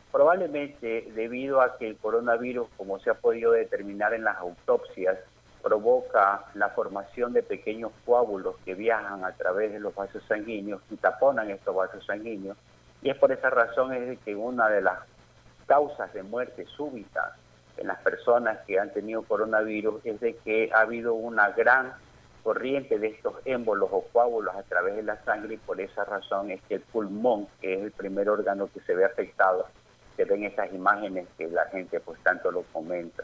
Probablemente debido a que el coronavirus, como se ha podido determinar en las autopsias, provoca la formación de pequeños coágulos que viajan a través de los vasos sanguíneos y taponan estos vasos sanguíneos. Y es por esa razón es de que una de las causas de muerte súbita en las personas que han tenido coronavirus es de que ha habido una gran corriente de estos émbolos o coágulos a través de la sangre, y por esa razón es que el pulmón, que es el primer órgano que se ve afectado, se ven esas imágenes que la gente pues tanto lo comenta.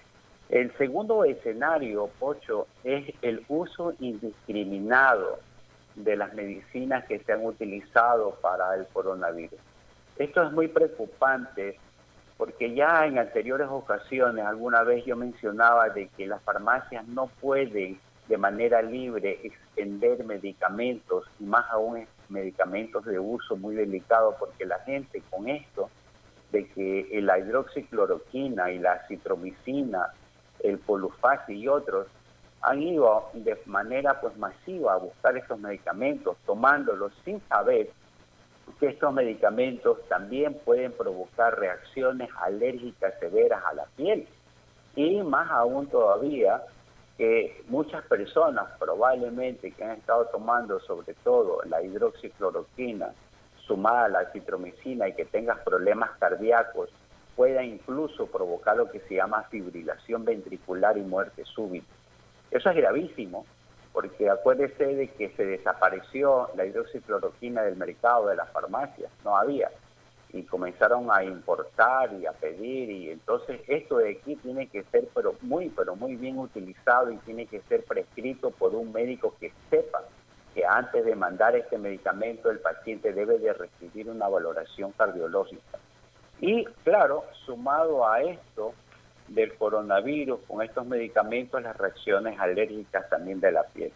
El segundo escenario, Pocho, es el uso indiscriminado de las medicinas que se han utilizado para el coronavirus. Esto es muy preocupante porque ya en anteriores ocasiones, alguna vez yo mencionaba de que las farmacias no pueden de manera libre extender medicamentos, y más aún medicamentos de uso muy delicado, porque la gente con esto de que la hidroxicloroquina y la acitromicina, el Polufax y otros han ido de manera pues masiva a buscar estos medicamentos, tomándolos sin saber que estos medicamentos también pueden provocar reacciones alérgicas severas a la piel. Y más aún todavía, que muchas personas probablemente que han estado tomando sobre todo la hidroxicloroquina sumada a la acitromicina y que tengas problemas cardíacos, pueda incluso provocar lo que se llama fibrilación ventricular y muerte súbita. Eso es gravísimo, porque acuérdese de que se desapareció la hidroxicloroquina del mercado, de las farmacias, no había, y comenzaron a importar y a pedir, y entonces esto de aquí tiene que ser pero muy, pero muy bien utilizado, y tiene que ser prescrito por un médico que sepa que antes de mandar este medicamento el paciente debe de recibir una valoración cardiológica. Y claro, sumado a esto del coronavirus, con estos medicamentos, las reacciones alérgicas también de la piel.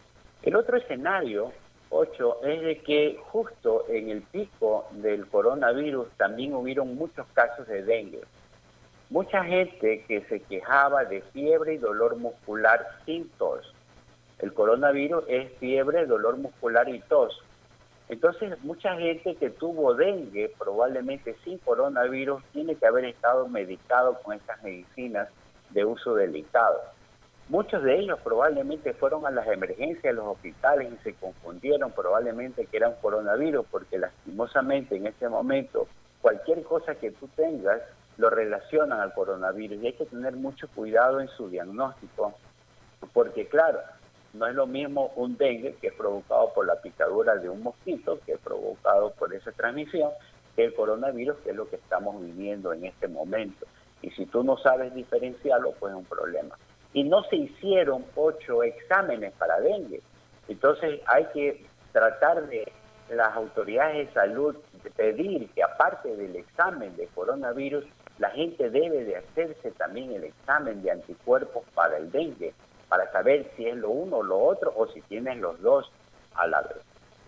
El otro escenario, ocho, es de que justo en el pico del coronavirus también hubieron muchos casos de dengue. Mucha gente que se quejaba de fiebre y dolor muscular sin tos. El coronavirus es fiebre, dolor muscular y tos. Entonces, mucha gente que tuvo dengue, probablemente sin coronavirus, tiene que haber estado medicado con estas medicinas de uso delicado. Muchos de ellos probablemente fueron a las emergencias de los hospitales y se confundieron probablemente que era un coronavirus, porque lastimosamente en este momento cualquier cosa que tú tengas lo relacionan al coronavirus, y hay que tener mucho cuidado en su diagnóstico, porque claro, no es lo mismo un dengue que es provocado por la picadura de un mosquito, que es provocado por esa transmisión, que el coronavirus, que es lo que estamos viviendo en este momento. Y si tú no sabes diferenciarlo, pues es un problema. Y no se hicieron ocho exámenes para dengue. Entonces hay que tratar de las autoridades de salud de pedir que aparte del examen de coronavirus, la gente debe de hacerse también el examen de anticuerpos para el dengue, para saber si es lo uno o lo otro, o si tienes los dos a la vez.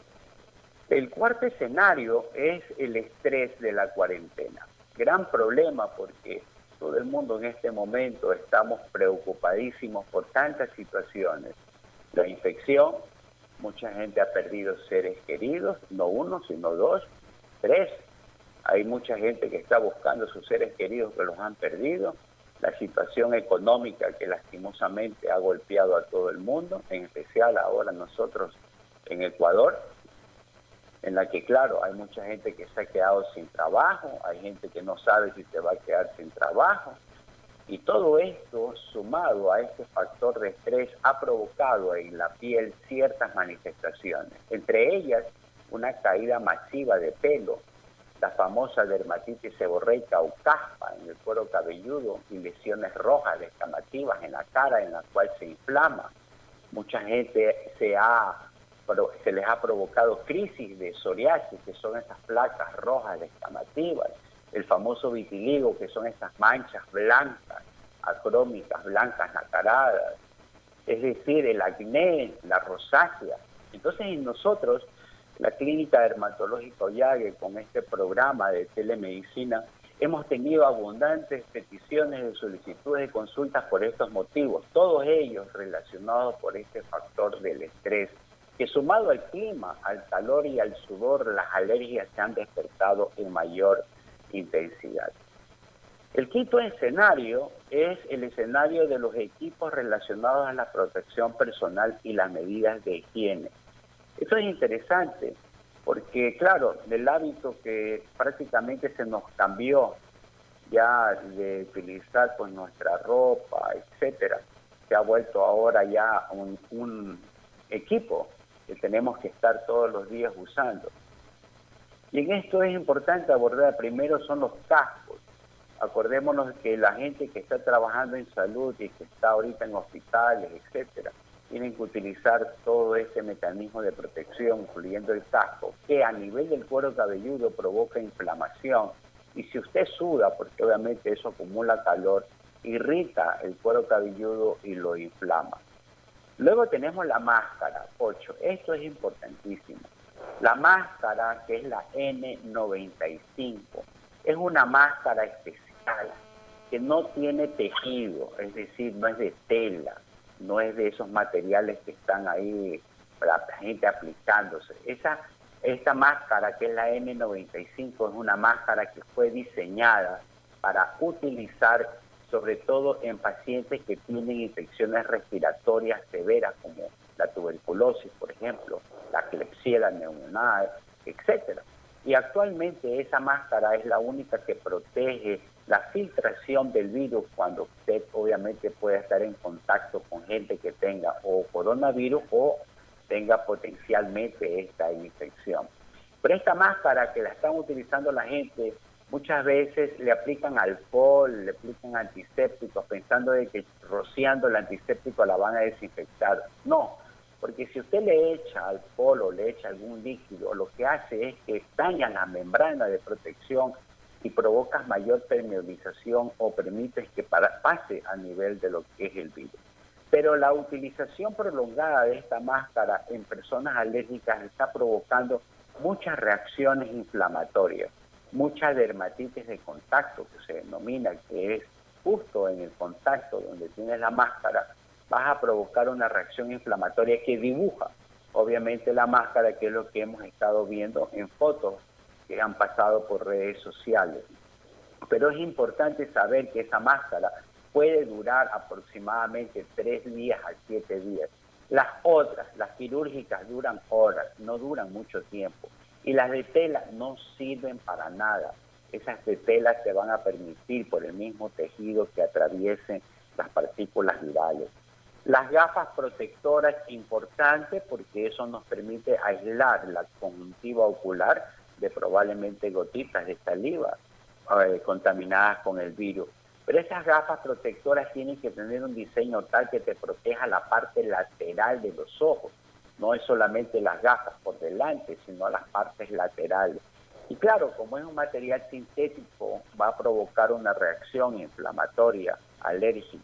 El cuarto escenario es el estrés de la cuarentena. Gran problema, porque todo el mundo en este momento estamos preocupadísimos por tantas situaciones. La infección, mucha gente ha perdido seres queridos, no uno, sino dos, tres. Hay mucha gente que está buscando sus seres queridos que los han perdido. La situación económica que lastimosamente ha golpeado a todo el mundo, en especial ahora nosotros en Ecuador, en la que claro, hay mucha gente que se ha quedado sin trabajo, hay gente que no sabe si se va a quedar sin trabajo, y todo esto sumado a este factor de estrés ha provocado en la piel ciertas manifestaciones, entre ellas una caída masiva de pelo, la famosa dermatitis seborreica o caspa en el cuero cabelludo, y lesiones rojas descamativas en la cara, en la cual se inflama. Mucha gente se ha se les ha provocado crisis de psoriasis, que son esas placas rojas descamativas, el famoso vitiligo, que son esas manchas blancas, acrómicas, blancas nacaradas, es decir, el acné, la rosácea. Entonces, en nosotros, la Clínica Dermatológica Ollague, con este programa de telemedicina, hemos tenido abundantes peticiones de solicitudes de consultas por estos motivos, todos ellos relacionados por este factor del estrés, que sumado al clima, al calor y al sudor, las alergias se han despertado en mayor intensidad. El quinto escenario es el escenario de los equipos relacionados a la protección personal y las medidas de higiene. Esto es interesante porque, claro, del hábito que prácticamente se nos cambió ya de utilizar pues nuestra ropa, etcétera, se ha vuelto ahora ya un, un equipo que tenemos que estar todos los días usando. Y en esto es importante abordar, primero son los cascos. Acordémonos que la gente que está trabajando en salud y que está ahorita en hospitales, etcétera, tienen que utilizar todo este mecanismo de protección, incluyendo el casco, que a nivel del cuero cabelludo provoca inflamación. Y si usted suda, porque obviamente eso acumula calor, irrita el cuero cabelludo y lo inflama. Luego tenemos la máscara, ocho. Esto es importantísimo. La máscara, que es la N noventa y cinco, es una máscara especial que no tiene tejido, es decir, no es de tela, no es de esos materiales que están ahí para la gente aplicándose. Esa, esta máscara, que es la N noventa y cinco, es una máscara que fue diseñada para utilizar sobre todo en pacientes que tienen infecciones respiratorias severas como la tuberculosis, por ejemplo, la Klebsiella pneumoniae, etcétera. Y actualmente esa máscara es la única que protege la filtración del virus cuando usted obviamente puede estar en contacto con gente que tenga o coronavirus o tenga potencialmente esta infección. Pero esta máscara que la están utilizando la gente, muchas veces le aplican alcohol, le aplican antisépticos, pensando de que rociando el antiséptico la van a desinfectar. No, porque si usted le echa alcohol o le echa algún líquido, lo que hace es que daña la membrana de protección y provoca mayor permeabilización o permite que para, pase a nivel de lo que es el virus. Pero la utilización prolongada de esta máscara en personas alérgicas está provocando muchas reacciones inflamatorias, mucha dermatitis de contacto, que se denomina, que es justo en el contacto donde tienes la máscara, vas a provocar una reacción inflamatoria que dibuja, obviamente, la máscara, que es lo que hemos estado viendo en fotos que han pasado por redes sociales. Pero es importante saber que esa máscara puede durar aproximadamente tres días a siete días. Las otras, las quirúrgicas, duran horas, no duran mucho tiempo. Y las de tela no sirven para nada. Esas de tela te van a permitir, por el mismo tejido, que atraviesen las partículas virales. Las gafas protectoras, importante porque eso nos permite aislar la conjuntiva ocular de probablemente gotitas de saliva eh, contaminadas con el virus. Pero esas gafas protectoras tienen que tener un diseño tal que te proteja la parte lateral de los ojos. No es solamente las gafas por delante, sino las partes laterales. Y claro, como es un material sintético, va a provocar una reacción inflamatoria, alérgica.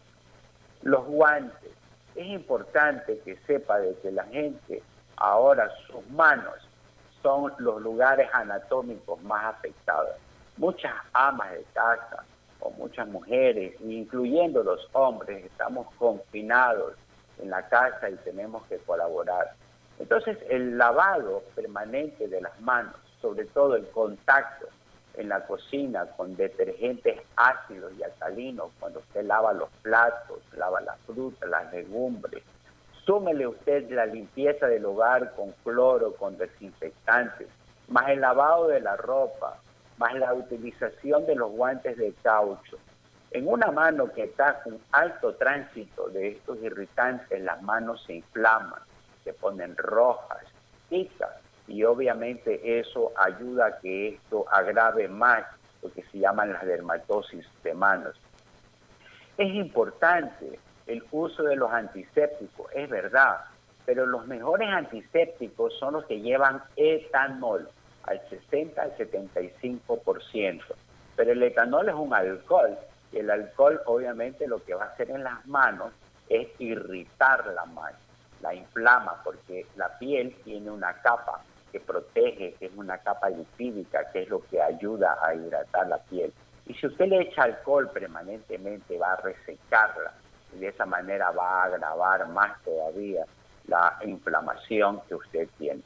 Los guantes. Es importante que sepa de que la gente, ahora sus manos son los lugares anatómicos más afectados. Muchas amas de casa o muchas mujeres, incluyendo los hombres, estamos confinados en la casa y tenemos que colaborar. Entonces, el lavado permanente de las manos, sobre todo el contacto en la cocina con detergentes ácidos y alcalinos, cuando usted lava los platos, lava la fruta, las legumbres, súmele usted la limpieza del hogar con cloro, con desinfectantes, más el lavado de la ropa, más la utilización de los guantes de caucho. En una mano que está con alto tránsito de estos irritantes, las manos se inflaman, se ponen rojas, pican, y obviamente eso ayuda a que esto agrave más lo que se llaman las dermatosis de manos. Es importante el uso de los antisépticos, es verdad, pero los mejores antisépticos son los que llevan etanol al sesenta al setenta y cinco por ciento. Pero el etanol es un alcohol, y el alcohol obviamente lo que va a hacer en las manos es irritar la mano, la inflama, porque la piel tiene una capa que protege, que es una capa lipídica, que es lo que ayuda a hidratar la piel. Y si usted le echa alcohol permanentemente, va a resecarla, y de esa manera va a agravar más todavía la inflamación que usted tiene.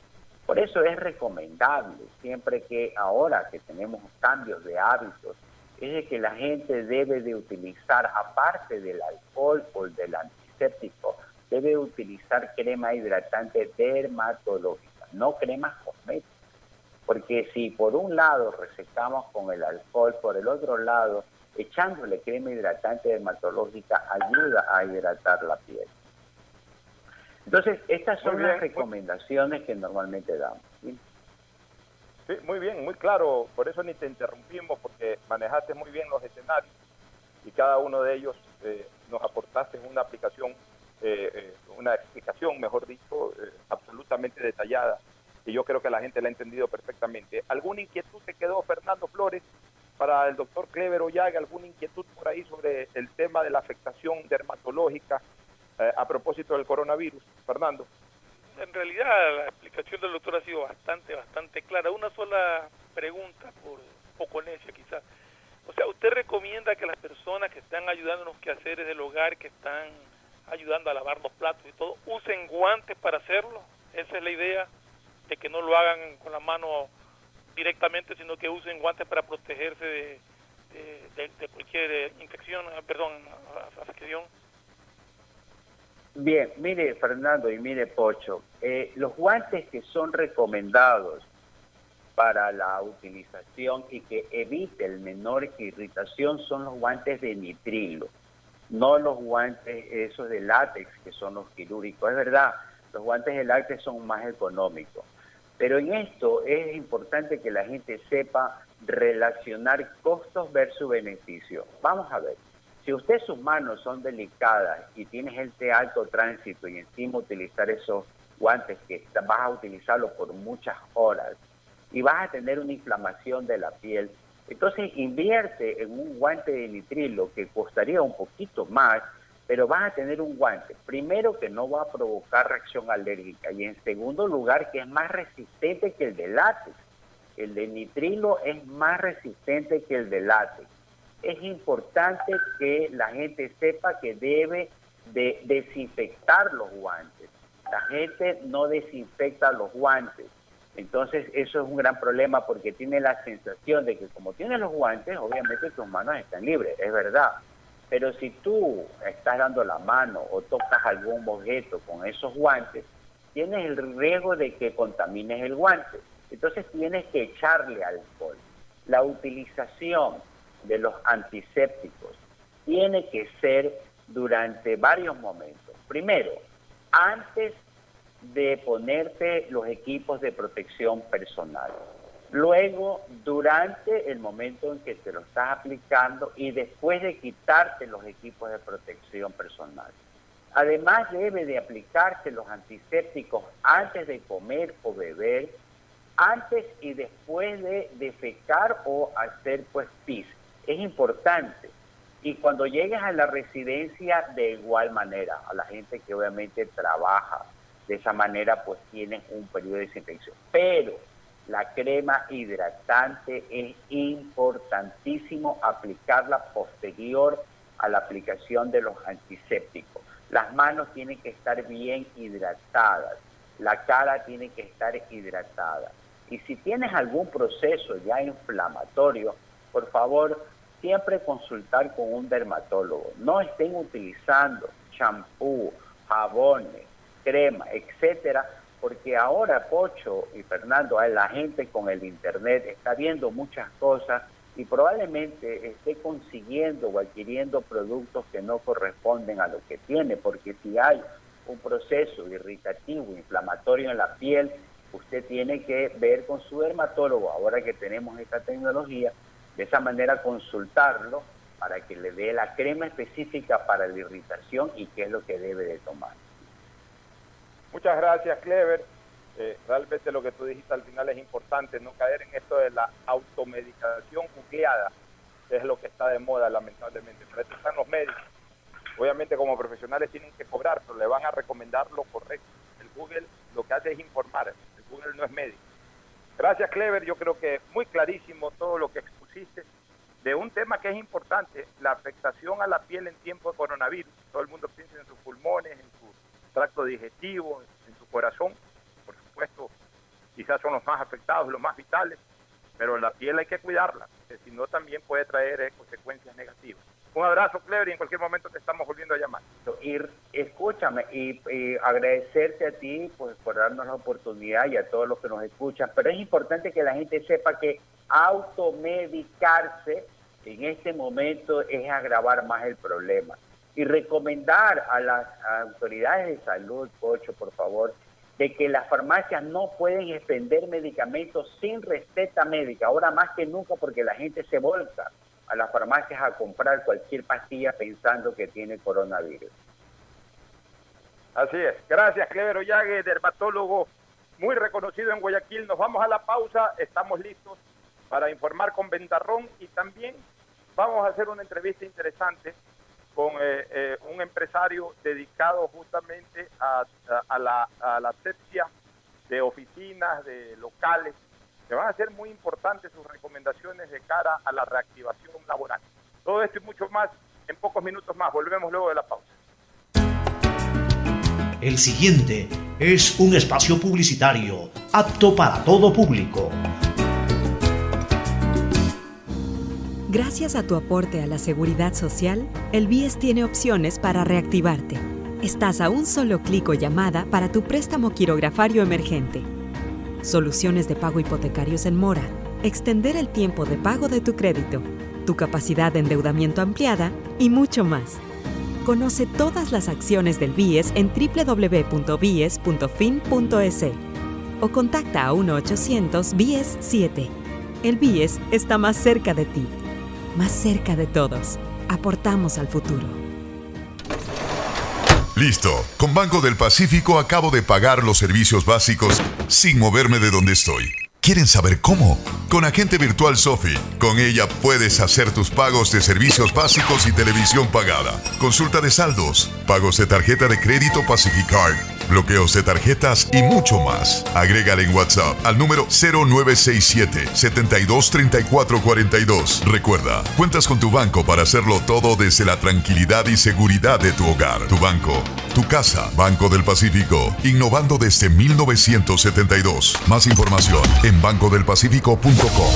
Por eso es recomendable, siempre que ahora que tenemos cambios de hábitos, es de que la gente debe de utilizar, aparte del alcohol o del antiséptico, debe utilizar crema hidratante dermatológica, no cremas cosméticas. Porque si por un lado resecamos con el alcohol, por el otro lado, echándole crema hidratante dermatológica ayuda a hidratar la piel. Entonces, estas son las recomendaciones que normalmente damos. ¿Sí? Sí, muy bien, muy claro. Por eso ni te interrumpimos, porque manejaste muy bien los escenarios y cada uno de ellos eh, nos aportaste una aplicación, eh, eh, una explicación, mejor dicho, eh, absolutamente detallada. Y yo creo que la gente la ha entendido perfectamente. ¿Alguna inquietud te quedó, Fernando Flores, para el doctor Clever Ollaga? ¿Alguna inquietud por ahí sobre el tema de la afectación dermatológica eh, a propósito del coronavirus, Fernando? En realidad la explicación del doctor ha sido bastante, bastante clara. Una sola pregunta, por poco necia quizás. O sea, ¿usted recomienda que las personas que están ayudando en los quehaceres del hogar, que están ayudando a lavar los platos y todo, usen guantes para hacerlo? Esa es la idea, de que no lo hagan con la mano directamente, sino que usen guantes para protegerse de, de, de, de cualquier infección, perdón, afección. Bien, mire Fernando y mire Pocho, eh, los guantes que son recomendados para la utilización y que evite el menor irritación son los guantes de nitrilo, no los guantes esos de látex que son los quirúrgicos. Es verdad, los guantes de látex son más económicos, pero en esto es importante que la gente sepa relacionar costos versus beneficio. Vamos a ver, si usted sus manos son delicadas y tiene gente de alto tránsito y encima utilizar esos guantes que vas a utilizarlos por muchas horas y vas a tener una inflamación de la piel, entonces invierte en un guante de nitrilo que costaría un poquito más, pero vas a tener un guante, primero, que no va a provocar reacción alérgica, y en segundo lugar, que es más resistente que el de látex. El de nitrilo es más resistente que el de látex. Es importante que la gente sepa que debe de desinfectar los guantes. La gente no desinfecta los guantes. Entonces, eso es un gran problema porque tiene la sensación de que como tienes los guantes, obviamente tus manos están libres, es verdad. Pero si tú estás dando la mano o tocas algún objeto con esos guantes, tienes el riesgo de que contamines el guante. Entonces tienes que echarle alcohol. La utilización de los antisépticos tiene que ser durante varios momentos. Primero, antes de ponerte los equipos de protección personal. Luego, durante el momento en que te lo estás aplicando y después de quitarte los equipos de protección personal. Además, debe de aplicarse los antisépticos antes de comer o beber, antes y después de defecar o hacer pues pis. Es importante. Y cuando llegues a la residencia, de igual manera, a la gente que obviamente trabaja de esa manera, pues tienen un periodo de desinfección. Pero la crema hidratante es importantísimo aplicarla posterior a la aplicación de los antisépticos. Las manos tienen que estar bien hidratadas, la cara tiene que estar hidratada. Y si tienes algún proceso ya inflamatorio, por favor, siempre consultar con un dermatólogo. No estén utilizando champú, jabones, crema, etcétera, porque ahora, Pocho y Fernando, la gente con el internet está viendo muchas cosas y probablemente esté consiguiendo o adquiriendo productos que no corresponden a lo que tiene, porque si hay un proceso irritativo, inflamatorio en la piel, usted tiene que ver con su dermatólogo, ahora que tenemos esta tecnología, de esa manera consultarlo para que le dé la crema específica para la irritación y qué es lo que debe de tomar. Muchas gracias, Clever. Eh, realmente lo que tú dijiste al final es importante, no caer en esto de la automedicación googleada, que es lo que está de moda, lamentablemente. Para eso están los médicos. Obviamente, como profesionales tienen que cobrar, pero le van a recomendar lo correcto. El Google lo que hace es informar, el Google no es médico. Gracias, Clever. Yo creo que muy clarísimo todo lo que expusiste de un tema que es importante, la afectación a la piel en tiempo de coronavirus. Todo el mundo piensa en sus pulmones, en su tracto digestivo, en su corazón. Por supuesto, quizás son los más afectados, los más vitales, pero la piel hay que cuidarla, porque si no también puede traer eh, consecuencias negativas. Un abrazo, Clever, y en cualquier momento te estamos volviendo a llamar. Y escúchame, y, y agradecerte a ti pues, por darnos la oportunidad y a todos los que nos escuchan, pero es importante que la gente sepa que automedicarse en este momento es agravar más el problema. Y recomendar a las autoridades de salud, Pocho, por favor, de que las farmacias no pueden expender medicamentos sin receta médica, ahora más que nunca porque la gente se volca a las farmacias a comprar cualquier pastilla pensando que tiene coronavirus. Así es. Gracias, Clever Ollague, dermatólogo muy reconocido en Guayaquil. Nos vamos a la pausa, estamos listos para informar con Ventarrón y también vamos a hacer una entrevista interesante con eh, eh, un empresario dedicado justamente a, a, a, la, a la asepsia de oficinas, de locales, que van a ser muy importantes sus recomendaciones de cara a la reactivación laboral. Todo esto y mucho más en pocos minutos más. Volvemos luego de la pausa. El siguiente es un espacio publicitario apto para todo público. Gracias a tu aporte a la seguridad social, el B I E S tiene opciones para reactivarte. Estás a un solo clic o llamada para tu préstamo quirografario emergente. Soluciones de pago hipotecarios en mora, extender el tiempo de pago de tu crédito, tu capacidad de endeudamiento ampliada y mucho más. Conoce todas las acciones del B I E S en doble u doble u doble u punto b i e s punto fin punto e s o contacta a uno ochocientos B I E S siete. El B I E S está más cerca de ti, más cerca de todos. Aportamos al futuro. Listo. Con Banco del Pacífico acabo de pagar los servicios básicos sin moverme de donde estoy. ¿Quieren saber cómo? Con Agente Virtual Sofi. Con ella puedes hacer tus pagos de servicios básicos y televisión pagada. Consulta de saldos, pagos de tarjeta de crédito Pacificard, bloqueos de tarjetas y mucho más. Agrégale en WhatsApp al número cero nueve seis siete, siete dos tres cuatro cuatro dos. Recuerda, cuentas con tu banco para hacerlo todo desde la tranquilidad y seguridad de tu hogar. Tu banco, tu casa. Banco del Pacífico, innovando desde mil novecientos setenta y dos. Más información en banco del pacífico punto com.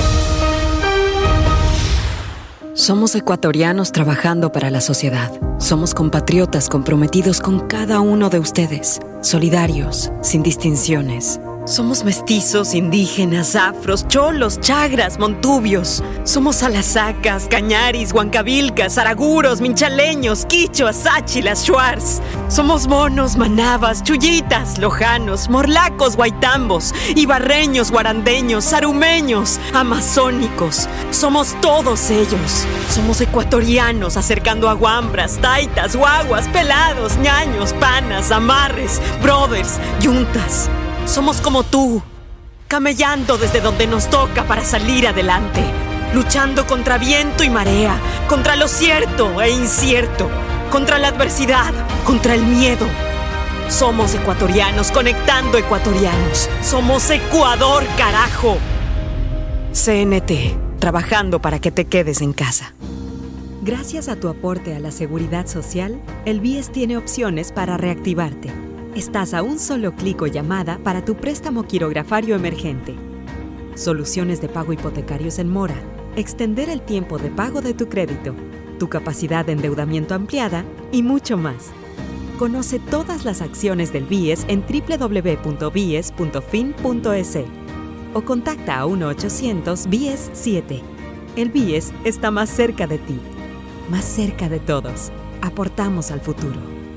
Somos ecuatorianos trabajando para la sociedad. Somos compatriotas comprometidos con cada uno de ustedes, solidarios, sin distinciones. Somos mestizos, indígenas, afros, cholos, chagras, montubios. Somos alasacas, cañaris, huancavilcas, araguros, minchaleños, quichuas, sáchilas, shuars. Somos monos, manabas, chullitas, lojanos, morlacos, guaitambos, ibarreños, guarandeños, sarumeños, amazónicos. Somos todos ellos. Somos ecuatorianos acercando a guambras, taitas, guaguas, pelados, ñaños, panas, amarres, brothers, yuntas. Somos como tú, camellando desde donde nos toca para salir adelante, luchando contra viento y marea, contra lo cierto e incierto, contra la adversidad, contra el miedo. Somos ecuatorianos conectando ecuatorianos. Somos Ecuador, carajo. C N T, trabajando para que te quedes en casa. Gracias a tu aporte a la seguridad social, el B I E S tiene opciones para reactivarte. Estás a un solo clic o llamada para tu préstamo quirografario emergente. Soluciones de pago hipotecarios en mora, extender el tiempo de pago de tu crédito, tu capacidad de endeudamiento ampliada y mucho más. Conoce todas las acciones del B I E S en doble u doble u doble u punto b i e s punto fin punto e s o contacta a uno ochocientos B I E S siete. El B I E S está más cerca de ti, más cerca de todos. Aportamos al futuro.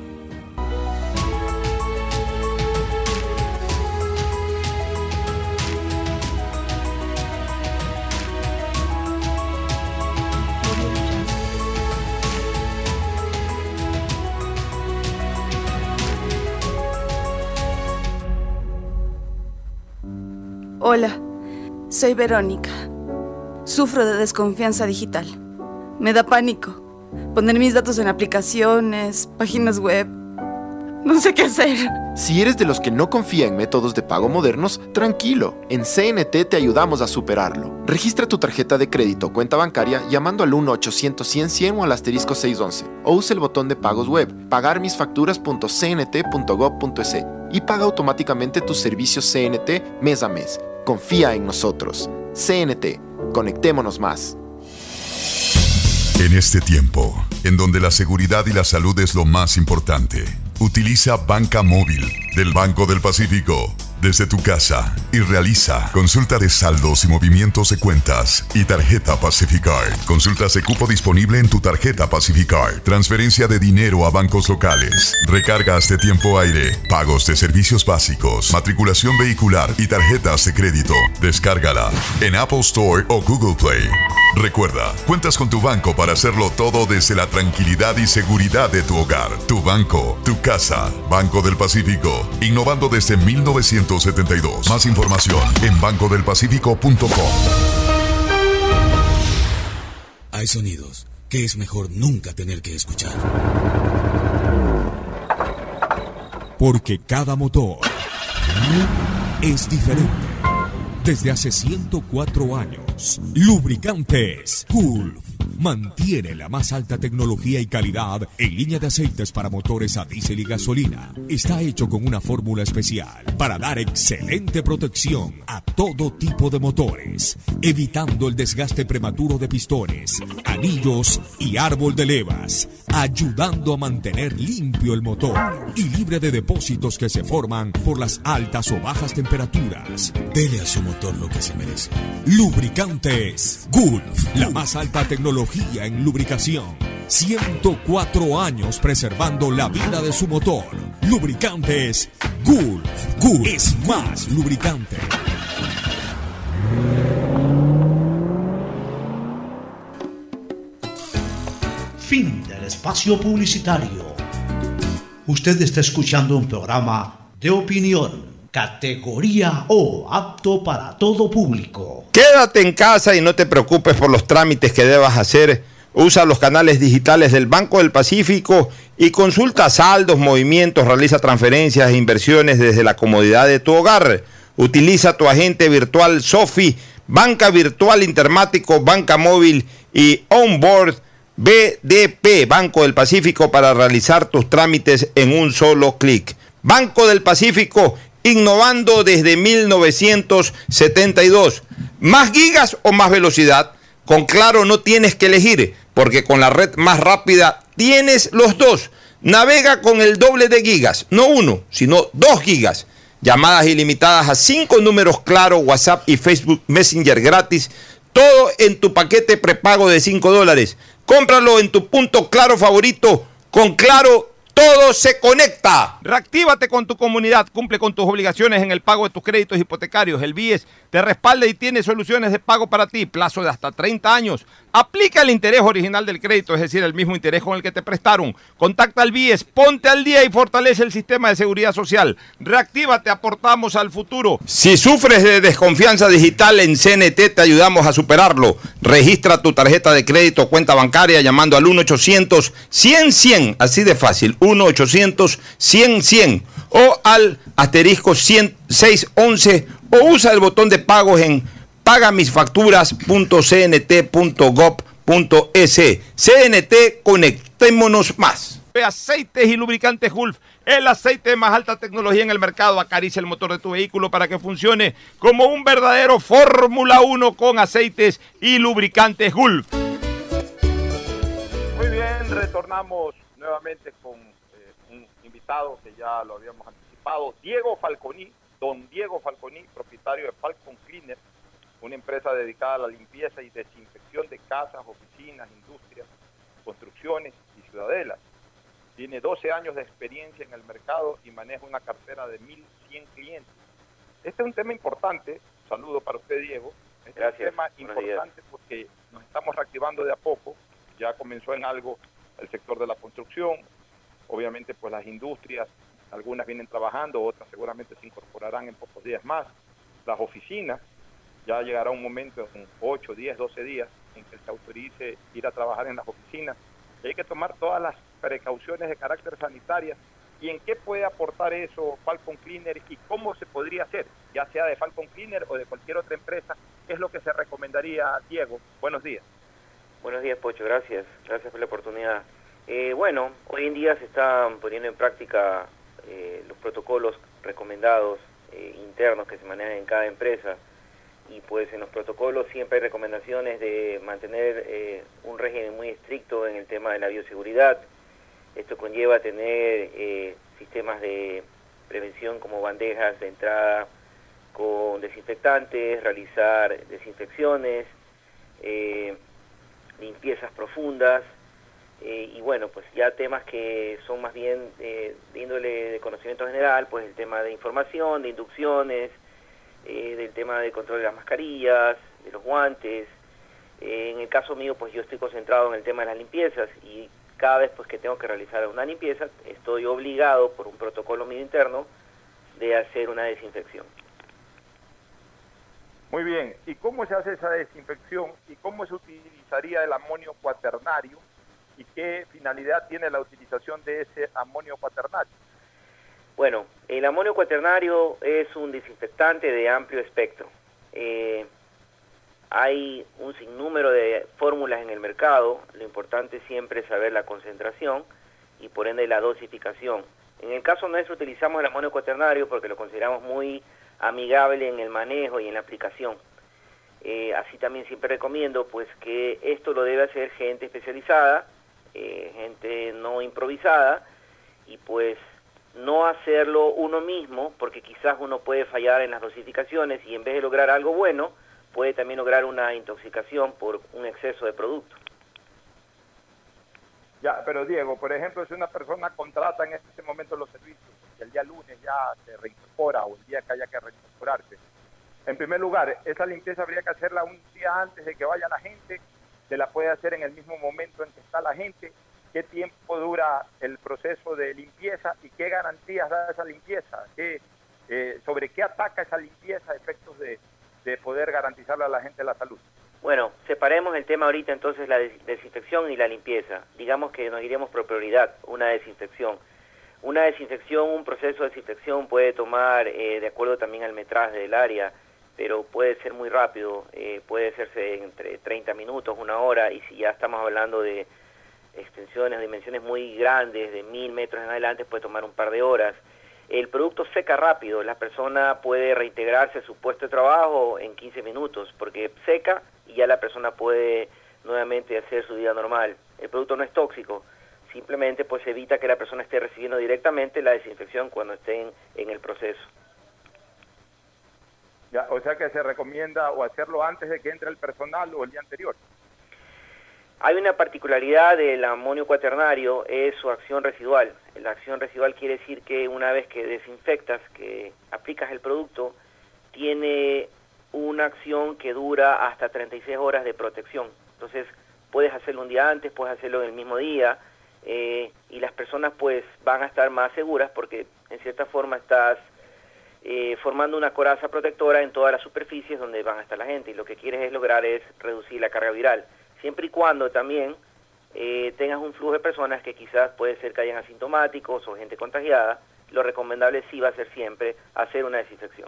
Hola, soy Verónica. Sufro de desconfianza digital. Me da pánico poner mis datos en aplicaciones, páginas web. No sé qué hacer. Si eres de los que no confía en métodos de pago modernos, tranquilo. En C N T te ayudamos a superarlo. Registra tu tarjeta de crédito o cuenta bancaria llamando al uno ochocientos cien cien o al asterisco seiscientos once o usa el botón de pagos web pagar mis facturas punto c n t punto gov punto e s y paga automáticamente tus servicios C N T mes a mes. Confía en nosotros. C N T, conectémonos más. En este tiempo, en donde la seguridad y la salud es lo más importante, utiliza Banca Móvil del Banco del Pacífico desde tu casa y realiza consulta de saldos y movimientos de cuentas y tarjeta Pacificard. Consultas de cupo disponible en tu tarjeta Pacificard. Transferencia de dinero a bancos locales. Recargas de tiempo aire. Pagos de servicios básicos. Matriculación vehicular y tarjetas de crédito. Descárgala en Apple Store o Google Play. Recuerda, cuentas con tu banco para hacerlo todo desde la tranquilidad y seguridad de tu hogar, tu banco, tu casa. Banco del Pacífico, innovando desde mil novecientos setenta y dos. Más información en banco del pacífico punto com. Hay sonidos que es mejor nunca tener que escuchar. Porque cada motor es diferente. Desde hace ciento cuatro años, Lubricantes Gulf mantiene la más alta tecnología y calidad en línea de aceites para motores a diésel y gasolina. Está hecho con una fórmula especial para dar excelente protección a todo tipo de motores, evitando el desgaste prematuro de pistones, anillos y árbol de levas, ayudando a mantener limpio el motor y libre de depósitos que se forman por las altas o bajas temperaturas. Dele a su motor lo que se merece. Lubricantes Gulf, la más alta tecnología en lubricación. ciento cuatro años preservando la vida de su motor. Lubricantes Gulf. Gulf es más lubricante. Fin del espacio publicitario. Usted está escuchando un programa de opinión, categoría O, apto para todo público. Quédate en casa y no te preocupes por los trámites que debas hacer. Usa los canales digitales del Banco del Pacífico y consulta saldos, movimientos, realiza transferencias e inversiones desde la comodidad de tu hogar. Utiliza tu agente virtual Sofi, banca virtual Intermático, banca móvil y Onboard B D P, Banco del Pacífico, para realizar tus trámites en un solo clic. Banco del Pacífico, innovando desde mil novecientos setenta y dos. ¿Más gigas o más velocidad? Con Claro no tienes que elegir, porque con la red más rápida tienes los dos. Navega con el doble de gigas, no uno, sino dos gigas. Llamadas ilimitadas a cinco números Claro, WhatsApp y Facebook Messenger gratis. Todo en tu paquete prepago de cinco dólares. Cómpralo en tu punto Claro favorito. Con Claro, todo se conecta. Reactívate con tu comunidad, cumple con tus obligaciones en el pago de tus créditos hipotecarios. El B I E S te respalda y tiene soluciones de pago para ti, plazo de hasta treinta años. Aplica el interés original del crédito, es decir, el mismo interés con el que te prestaron. Contacta al B I E S, ponte al día y fortalece el sistema de seguridad social. Reactívate, aportamos al futuro. Si sufres de desconfianza digital, en C N T te ayudamos a superarlo. Registra tu tarjeta de crédito o cuenta bancaria llamando al uno ochocientos cien cien, así de fácil, uno ochocientos cien cien, o al asterisco seiscientos once, o usa el botón de pagos en pagamisfacturas punto c n t punto gov punto e s. C N T, conectémonos más. Aceites y lubricantes Gulf, el aceite de más alta tecnología en el mercado. Acaricia el motor de tu vehículo para que funcione como un verdadero Fórmula uno con aceites y lubricantes Gulf. Muy bien, retornamos nuevamente con eh, un invitado que ya lo habíamos anticipado, Diego Falconi, don Diego Falconi, propietario de Falcon Cleaner, una empresa dedicada a la limpieza y desinfección de casas, oficinas, industrias, construcciones y ciudadelas. Tiene doce años de experiencia en el mercado y maneja una cartera de mil cien clientes. Este es un tema importante. Saludo para usted, Diego. Este Gracias. Es un tema importante porque nos estamos reactivando de a poco. Ya comenzó en algo el sector de la construcción. Obviamente, pues las industrias, algunas vienen trabajando, otras seguramente se incorporarán en pocos días más. Las oficinas, ya llegará un momento en ocho, diez, doce días en que se autorice ir a trabajar en las oficinas. Y hay que tomar todas las precauciones de carácter sanitario. ¿Y en qué puede aportar eso Falcon Cleaner y cómo se podría hacer? Ya sea de Falcon Cleaner o de cualquier otra empresa, ¿qué es lo que se recomendaría, Diego? Buenos días. Buenos días, Pocho, gracias. Gracias por la oportunidad. Eh, bueno, hoy en día se están poniendo en práctica eh, los protocolos recomendados eh, internos que se manejan en cada empresa, y pues en los protocolos siempre hay recomendaciones de mantener eh, un régimen muy estricto en el tema de la bioseguridad. Esto conlleva tener eh, sistemas de prevención como bandejas de entrada con desinfectantes, realizar desinfecciones, eh, limpiezas profundas, eh, y bueno, pues ya temas que son más bien eh, de índole de conocimiento general, pues el tema de información, de inducciones, eh, del tema de control de las mascarillas, de los guantes. Eh, en el caso mío, pues yo estoy concentrado en el tema de las limpiezas, y cada vez pues que tengo que realizar una limpieza, estoy obligado por un protocolo mío interno de hacer una desinfección. Muy bien, ¿y cómo se hace esa desinfección y cómo se utilizaría el amonio cuaternario y qué finalidad tiene la utilización de ese amonio cuaternario? Bueno, el amonio cuaternario es un desinfectante de amplio espectro. Eh, hay un sinnúmero de fórmulas en el mercado, lo importante siempre es saber la concentración y por ende la dosificación. En el caso nuestro utilizamos el amonio cuaternario porque lo consideramos muy amigable en el manejo y en la aplicación. Eh, así también siempre recomiendo pues que esto lo debe hacer gente especializada, eh, gente no improvisada, y pues no hacerlo uno mismo, porque quizás uno puede fallar en las dosificaciones y en vez de lograr algo bueno, puede también lograr una intoxicación por un exceso de producto. Ya, pero Diego, por ejemplo, si una persona contrata en este momento los servicios, porque el día lunes ya se reincorpora o el día que haya que reincorporarse, en primer lugar, esa limpieza habría que hacerla un día antes de que vaya la gente, se la puede hacer en el mismo momento en que está la gente, qué tiempo dura el proceso de limpieza y qué garantías da esa limpieza, ¿Qué, eh, sobre qué ataca esa limpieza a efectos de, de poder garantizarle a la gente la salud. Bueno, separemos el tema ahorita entonces, la des desinfección y la limpieza. Digamos que nos iríamos por prioridad, una desinfección. Una desinfección, un proceso de desinfección puede tomar, eh, de acuerdo también al metraje del área, pero puede ser muy rápido, eh, puede hacerse entre treinta minutos, una hora, y si ya estamos hablando de extensiones, dimensiones muy grandes, de mil metros en adelante, puede tomar un par de horas. El producto seca rápido, la persona puede reintegrarse a su puesto de trabajo en quince minutos, porque seca y ya la persona puede nuevamente hacer su vida normal. El producto no es tóxico, simplemente pues evita que la persona esté recibiendo directamente la desinfección cuando estén en el proceso. Ya, o sea que se recomienda o hacerlo antes de que entre el personal o el día anterior. Hay una particularidad del amonio cuaternario, es su acción residual. La acción residual quiere decir que una vez que desinfectas, que aplicas el producto, tiene una acción que dura hasta treinta y seis horas de protección. Entonces, puedes hacerlo un día antes, puedes hacerlo en el mismo día, eh, y las personas pues van a estar más seguras porque en cierta forma estás eh, formando una coraza protectora en todas las superficies donde van a estar la gente, y lo que quieres es lograr es reducir la carga viral. Siempre y cuando también eh, tengas un flujo de personas que quizás puede ser que hayan asintomáticos o gente contagiada, lo recomendable sí va a ser siempre hacer una desinfección.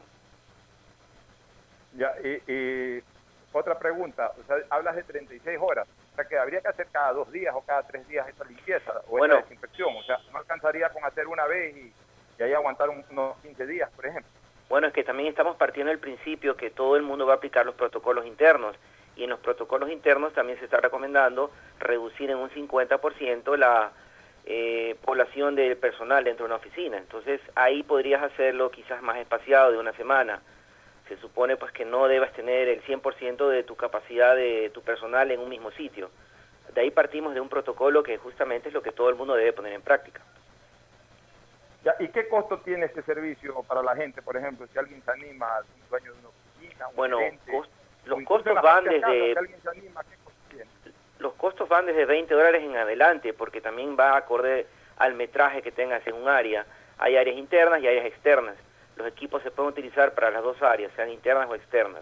Ya, y, y otra pregunta, o sea, hablas de treinta y seis horas, o sea que habría que hacer cada dos días o cada tres días esta limpieza o bueno, esta desinfección, o sea, no alcanzaría con hacer una vez y, y ahí aguantar un, unos quince días, por ejemplo. Bueno, es que también estamos partiendo del principio que todo el mundo va a aplicar los protocolos internos, y en los protocolos internos también se está recomendando reducir en un cincuenta por ciento la eh, población del personal dentro de una oficina. Entonces ahí podrías hacerlo quizás más espaciado, de una semana. Se supone pues que no debas tener el cien por ciento de tu capacidad de tu personal en un mismo sitio. De ahí partimos de un protocolo que justamente es lo que todo el mundo debe poner en práctica. Ya, ¿y qué costo tiene este servicio para la gente? Por ejemplo, si alguien se anima al dueño de una oficina, un bueno, gerente, cost los incluso costos en la van parte de casa, desde si alguien se anima, ¿qué costo tiene? los costos van desde veinte dólares en adelante, porque también va acorde al metraje que tengas en un área. Hay áreas internas y áreas externas. Los equipos se pueden utilizar para las dos áreas, sean internas o externas.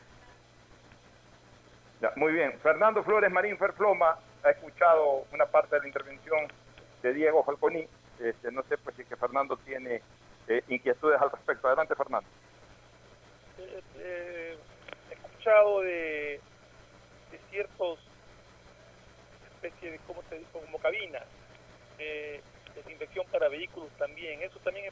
Ya, muy bien. Fernando Flores Marín Ferfloma ha escuchado una parte de la intervención de Diego Falconi. Este, no sé pues si que Fernando tiene eh, inquietudes al respecto. Adelante, Fernando. Eh, eh, he escuchado de, de ciertos especies de, ¿cómo se dice? Como cabinas, eh, desinfección para vehículos también. ¿Eso también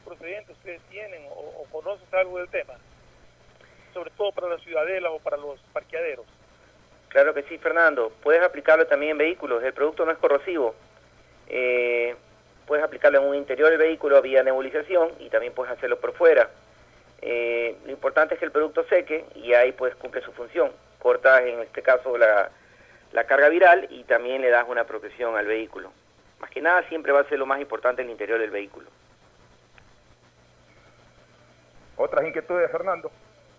¿Conoces algo del tema? Sobre todo para las ciudadelas o para los parqueaderos. Claro que sí, Fernando. Puedes aplicarlo también en vehículos. El producto no es corrosivo. Eh, puedes aplicarlo en un interior del vehículo vía nebulización y también puedes hacerlo por fuera. Eh, lo importante es que el producto seque y ahí pues cumple su función. Cortas en este caso la, la carga viral y también le das una protección al vehículo. Más que nada siempre va a ser lo más importante el interior del vehículo. ¿Otras inquietudes, Fernando?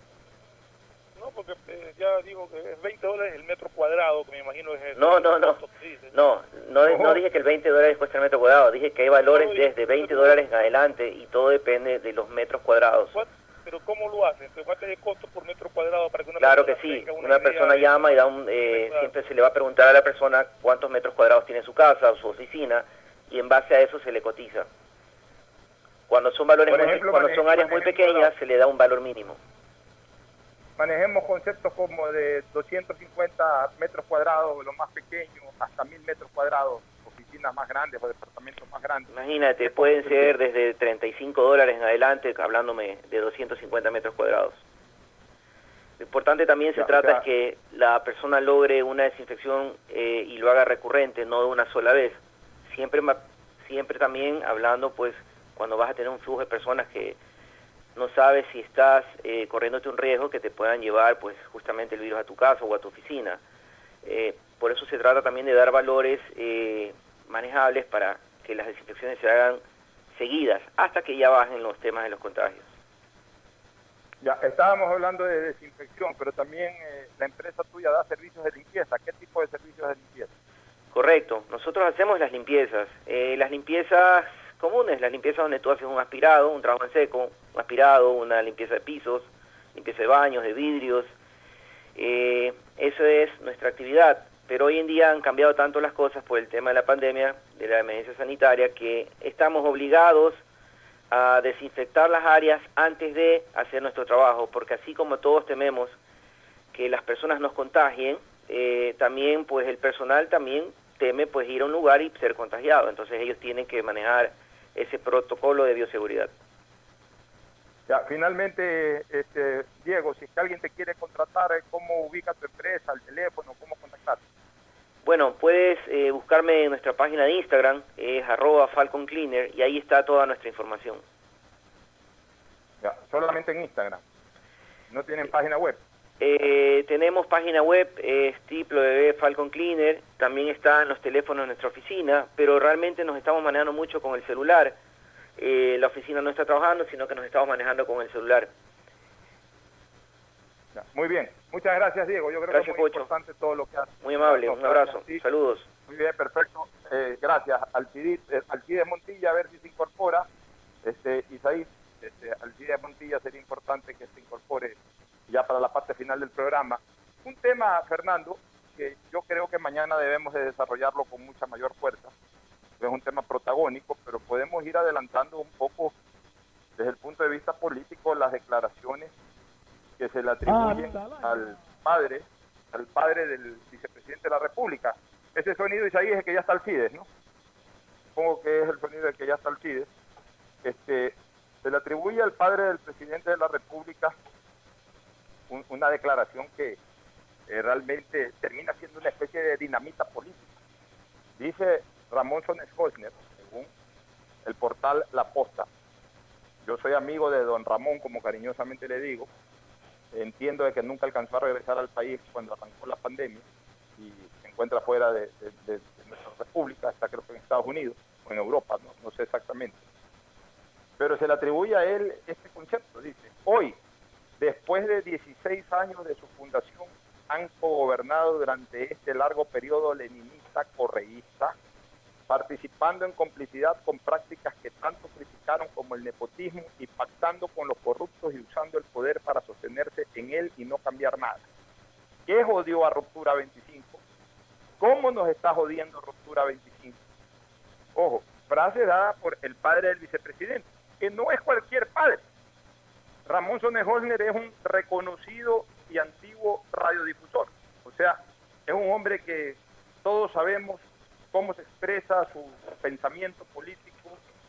No, porque eh, ya digo que es veinte dólares el metro cuadrado, que me imagino es... No, no, no. No, no, no dije que el veinte dólares cuesta el metro cuadrado. Dije que hay valores desde veinte dólares en adelante y todo depende de los metros cuadrados. Pero ¿cómo lo hacen? ¿Cuánto es el costo por metro cuadrado para que una Claro que persona sí. tenga una, Una idea persona de- llama y da un... Eh, Claro. siempre se le va a preguntar a la persona cuántos metros cuadrados tiene su casa o su oficina y en base a eso se le cotiza. Cuando son valores Por muy, ejemplo, cuando mane- son áreas muy manejemos pequeñas se le da un valor mínimo. Manejemos conceptos como de doscientos cincuenta metros cuadrados, lo más pequeño, hasta mil metros cuadrados, oficinas más grandes o departamentos más grandes. Imagínate, pueden ser desde treinta y cinco dólares en adelante, hablándome de doscientos cincuenta metros cuadrados. Lo importante también se Ya, trata o sea- es que la persona logre una desinfección eh, y lo haga recurrente, no de una sola vez. Siempre, ma- siempre también hablando, pues, cuando vas a tener un flujo de personas que no sabes si estás eh, corriéndote un riesgo que te puedan llevar, pues, justamente el virus a tu casa o a tu oficina. Eh, por eso se trata también de dar valores eh, manejables para que las desinfecciones se hagan seguidas hasta que ya bajen los temas de los contagios. Ya, estábamos hablando de desinfección, pero también eh, la empresa tuya da servicios de limpieza. ¿Qué tipo de servicios de limpieza? Correcto, nosotros hacemos las limpiezas, eh, las limpiezas comunes, las limpiezas donde tú haces un aspirado, un trabajo en seco, un aspirado, una limpieza de pisos, limpieza de baños, de vidrios, eh, eso es nuestra actividad, pero hoy en día han cambiado tanto las cosas por el tema de la pandemia, de la emergencia sanitaria, que estamos obligados a desinfectar las áreas antes de hacer nuestro trabajo, porque así como todos tememos que las personas nos contagien, eh, también pues el personal también teme pues ir a un lugar y ser contagiado, entonces ellos tienen que manejar ese protocolo de bioseguridad. Ya, finalmente, este, Diego, si es que alguien te quiere contratar, eh, ¿cómo ubica tu empresa, el teléfono, cómo contactarte? Bueno, puedes eh, buscarme en nuestra página de Instagram, es arroba Falcon Cleaner, y ahí está toda nuestra información. Ya, solamente en Instagram. ¿No tienen página web? Eh, tenemos página web, es w w w punto falcon cleaner, también están los teléfonos de nuestra oficina, pero realmente nos estamos manejando mucho con el celular. Eh, la oficina no está trabajando, sino que nos estamos manejando con el celular. Ya, muy bien. Muchas gracias, Diego. Yo creo Gracias, que es muy Pocho. importante todo lo que haces. Muy amable, No, un abrazo, gracias a ti. saludos. Muy bien, perfecto. Eh, gracias. Alcides, eh, Alcides Montilla, a ver si se incorpora. Este, Isaí, este, Alcides Montilla sería importante que se incorpore ya para la parte final del programa. Un tema, Fernando, que yo creo que mañana debemos de desarrollarlo con mucha mayor fuerza. Es un tema protagónico, pero podemos ir adelantando un poco desde el punto de vista político las declaraciones que se le atribuyen al padre, al padre del vicepresidente de la República. Ese sonido, Isaí, es el que ya está Alcides, ¿no? Supongo que es el sonido del que ya está Alcides. Este, se le atribuye al padre del presidente de la República un- una declaración que eh, realmente termina siendo una especie de dinamita política. Dice Ramón Sones Hosner, según el portal La Posta: yo soy amigo de don Ramón, como cariñosamente le digo, entiendo de que nunca alcanzó a regresar al país cuando arrancó la pandemia y se encuentra fuera de, de- de- de nuestra república, está creo que en Estados Unidos o en Europa, no, no sé exactamente. Pero se le atribuye a él este concepto, dice: hoy, después de dieciséis años de su fundación, han cogobernado durante este largo periodo leninista correísta, participando en complicidad con prácticas que tanto criticaron como el nepotismo y pactando con los corruptos y usando el poder para sostenerse en él y no cambiar nada. ¿Qué jodió a Ruptura veinticinco? ¿Cómo nos está jodiendo Ruptura veinticinco? Ojo, frase dada por el padre del vicepresidente, que no es cualquier padre. Ramón Sones Hosner es un reconocido y antiguo radiodifusor. O sea, es un hombre que todos sabemos cómo se expresa su pensamiento político,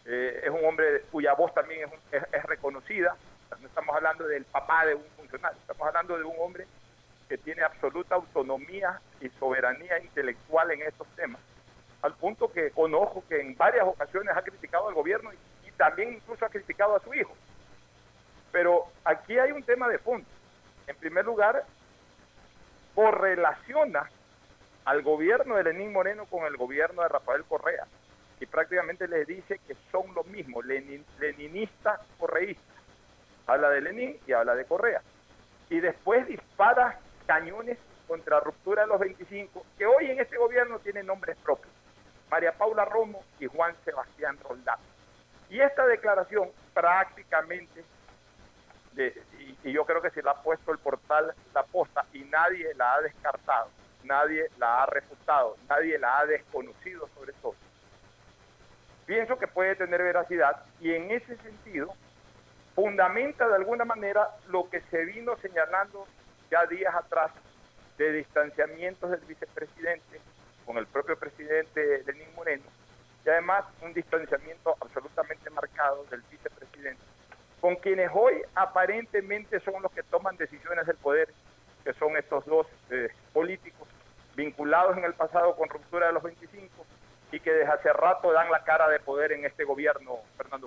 eh, es un hombre cuya voz también es, un, es, es reconocida. No estamos hablando del papá de un funcionario, estamos hablando de un hombre que tiene absoluta autonomía y soberanía intelectual en estos temas, al punto que conozco que en varias ocasiones ha criticado al gobierno y, y también incluso ha criticado a su hijo. Pero aquí hay un tema de fondo. En primer lugar, correlaciona al gobierno de Lenín Moreno con el gobierno de Rafael Correa y prácticamente les dice que son lo mismo, lenin, leninista, correísta. Habla de Lenín y habla de Correa. Y después dispara cañones contra Ruptura de los veinticinco, que hoy en este gobierno tienen nombres propios, María Paula Romo y Juan Sebastián Roldán. Y esta declaración prácticamente, de, y, y yo creo que se la ha puesto el portal La Posta y nadie la ha descartado, nadie la ha refutado, nadie la ha desconocido sobre todo. Pienso que puede tener veracidad y en ese sentido fundamenta de alguna manera lo que se vino señalando ya días atrás de distanciamientos del vicepresidente con el propio presidente Lenín Moreno y además un distanciamiento absolutamente marcado del vicepresidente con quienes hoy aparentemente son los que toman decisiones del poder, que son estos dos eh, políticos vinculados en el pasado con Ruptura de los veinticinco y que desde hace rato dan la cara de poder en este gobierno, Fernando.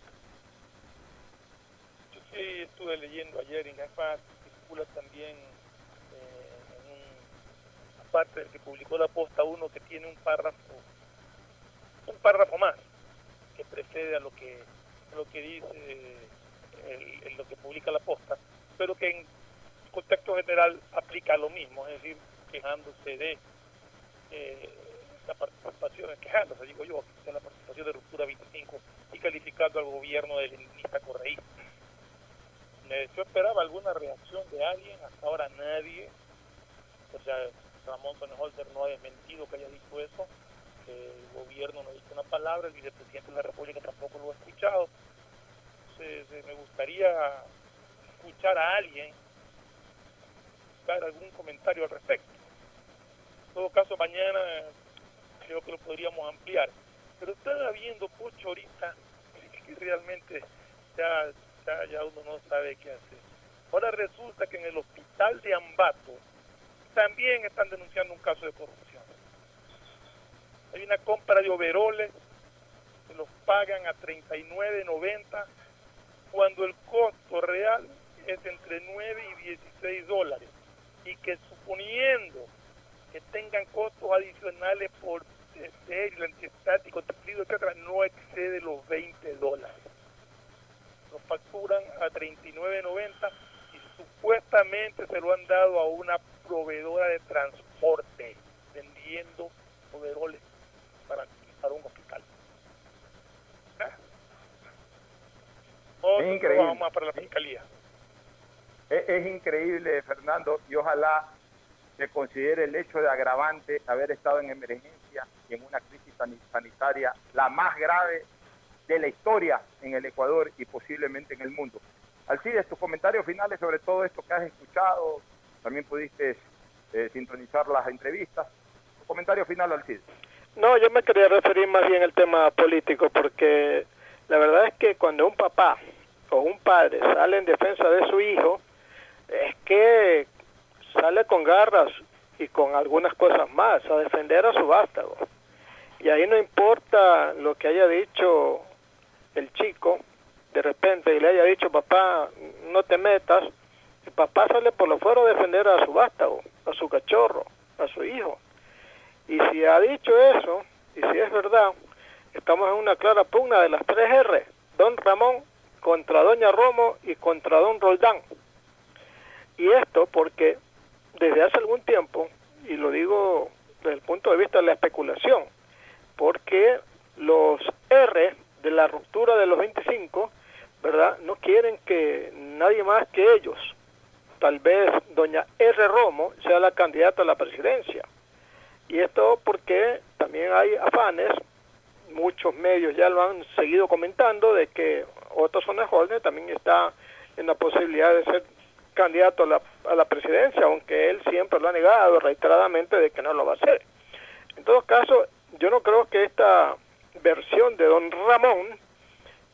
Yo sí estuve leyendo ayer en AFA, circula también eh, en un, aparte del que publicó La Posta, uno que tiene un párrafo, un párrafo más, que precede a lo que, a lo que dice el, el, lo que publica La Posta, pero que en contexto general aplica lo mismo, es decir, quejándose de eh, la participación, quejándose, digo yo, de la participación de Ruptura veinticinco y calificando al gobierno de leninista correísta. Yo esperaba alguna reacción de alguien, hasta ahora nadie, o sea, Ramón Sonnenholzer no ha desmentido que haya dicho eso, que el gobierno no ha dicho una palabra, el vicepresidente de la República tampoco lo ha escuchado. Entonces, me gustaría escuchar a alguien dar algún comentario al respecto. En todo caso, mañana creo que lo podríamos ampliar. Pero estaba viendo, Pocho, ahorita, que realmente ya, ya, ya uno no sabe qué hacer. Ahora resulta que en el hospital de Ambato también están denunciando un caso de corrupción. Hay una compra de overoles, se los pagan a treinta y nueve noventa, cuando el costo real es entre nueve y dieciséis dólares. Y que suponiendo que tengan costos adicionales por estéril, antiestático, tejido, etcétera, no excede los veinte dólares. Lo facturan a treinta y nueve noventa y supuestamente se lo han dado a una proveedora de transporte vendiendo overoles para, para un hospital. ¿Ah? Otro Es increíble. Vamos para la fiscalía. Es, es increíble, Fernando, y ojalá se considere el hecho de agravante haber estado en emergencia y en una crisis sanitaria la más grave de la historia en el Ecuador y posiblemente en el mundo. Alcides, tus comentarios finales sobre todo esto que has escuchado, también pudiste eh, sintonizar las entrevistas. Tu comentario final, Alcides. No, yo me quería referir más bien al tema político, porque la verdad es que cuando un papá o un padre sale en defensa de su hijo, es que sale con garras y con algunas cosas más a defender a su vástago. Y ahí no importa lo que haya dicho el chico, de repente, y le haya dicho, papá, no te metas, el papá sale por lo fuera a defender a su vástago, a su cachorro, a su hijo. Y si ha dicho eso, y si es verdad, estamos en una clara pugna de las tres R, don Ramón contra doña Romo y contra don Roldán. Y esto porque desde hace algún tiempo, y lo digo desde el punto de vista de la especulación, porque los R de la ruptura de los veinticinco, ¿verdad?, no quieren que nadie más que ellos, tal vez doña R. Romo, sea la candidata a la presidencia. Y esto porque también hay afanes, muchos medios ya lo han seguido comentando, de que Otto Sonnenholzer también está en la posibilidad de ser candidato a la, a la presidencia, aunque él siempre lo ha negado reiteradamente de que no lo va a hacer. En todo caso, yo no creo que esta versión de don Ramón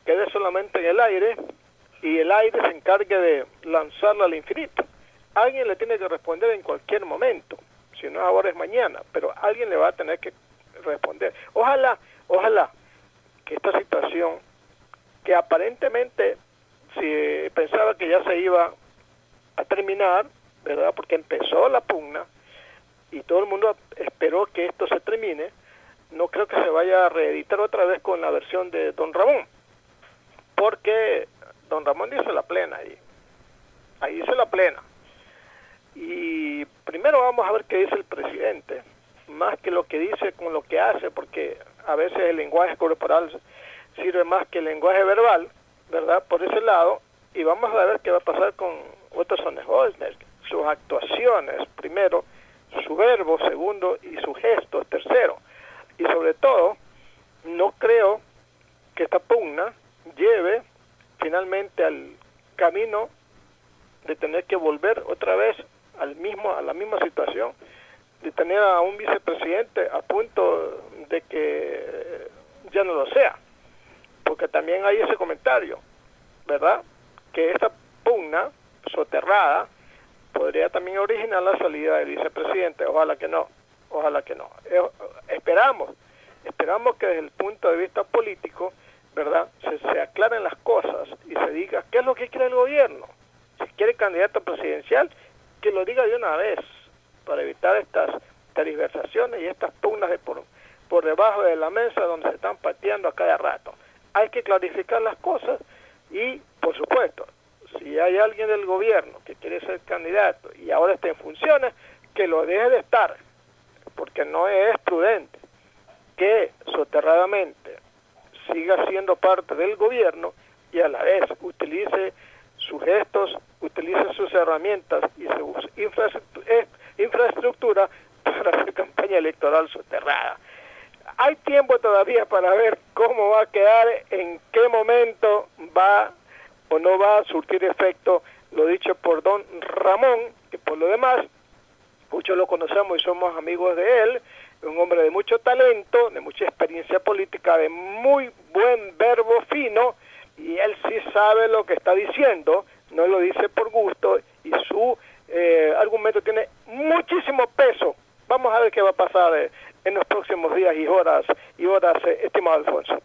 quede solamente en el aire y el aire se encargue de lanzarla al infinito. Alguien le tiene que responder en cualquier momento, si no ahora es mañana, pero alguien le va a tener que responder. Ojalá, ojalá que esta situación, que aparentemente si pensaba que ya se iba a terminar, ¿verdad? Porque empezó la pugna y todo el mundo esperó que esto se termine, no creo que se vaya a reeditar otra vez con la versión de don Ramón, porque don Ramón dice la plena ahí, ahí dice la plena. Y primero vamos a ver qué dice el presidente, más que lo que dice con lo que hace, porque a veces el lenguaje corporal sirve más que el lenguaje verbal, ¿verdad? Por ese lado, y vamos a ver qué va a pasar con Otto Sonnenholzner, sus actuaciones, primero, su verbo, segundo, y sus gestos, tercero. Y sobre todo, no creo que esta pugna lleve finalmente al camino de tener que volver otra vez al mismo a la misma situación, de tener a un vicepresidente a punto de que ya no lo sea, porque también hay ese comentario, ¿verdad? Que esta pugna soterrada podría también originar la salida del vicepresidente. Ojalá que no, ojalá que no. Eh, esperamos, esperamos que desde el punto de vista político, ¿verdad?, se, se aclaren las cosas y se diga qué es lo que quiere el gobierno. Si quiere candidato presidencial, que lo diga de una vez, para evitar estas tergiversaciones y estas pugnas de por, por debajo de la mesa donde se están pateando a cada rato. Hay que clarificar las cosas y, por supuesto, si hay alguien del gobierno que quiere ser candidato y ahora está en funciones, que lo deje de estar, porque no es prudente que soterradamente siga siendo parte del gobierno y a la vez utilice sus gestos, utilice sus herramientas y su infraestructura, infraestructura para hacer campaña electoral soterrada. Hay tiempo todavía para ver cómo va a quedar, en qué momento va o no va a surtir efecto lo dicho por don Ramón, que por lo demás, muchos lo conocemos y somos amigos de él, un hombre de mucho talento, de mucha experiencia política, de muy buen verbo fino, y él sí sabe lo que está diciendo, no lo dice por gusto, y su eh, argumento tiene muchísimo peso. Vamos a ver qué va a pasar eh, en los próximos días y horas, y horas eh, estimado Alfonso.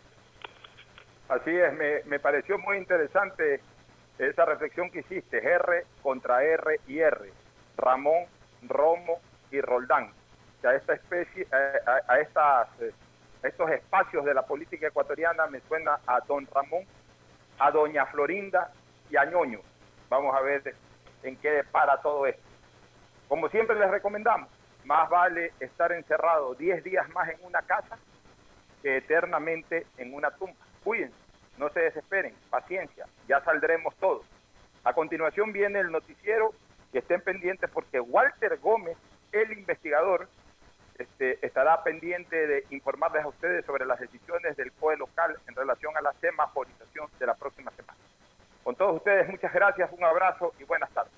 Así es, me, me pareció muy interesante esa reflexión que hiciste, R contra R y R, Ramón, Romo y Roldán, que a esta especie, a, a, a estas, a estos espacios de la política ecuatoriana me suena a don Ramón, a doña Florinda y a Ñoño. Vamos a ver en qué para todo esto. Como siempre les recomendamos, más vale estar encerrado diez días más en una casa que eternamente en una tumba. Cuídense, no se desesperen, paciencia, ya saldremos todos. A continuación viene el noticiero, que estén pendientes porque Walter Gómez, el investigador, este, estará pendiente de informarles a ustedes sobre las decisiones del C O E local en relación a la semaforización de la próxima semana. Con todos ustedes, muchas gracias, un abrazo y buenas tardes.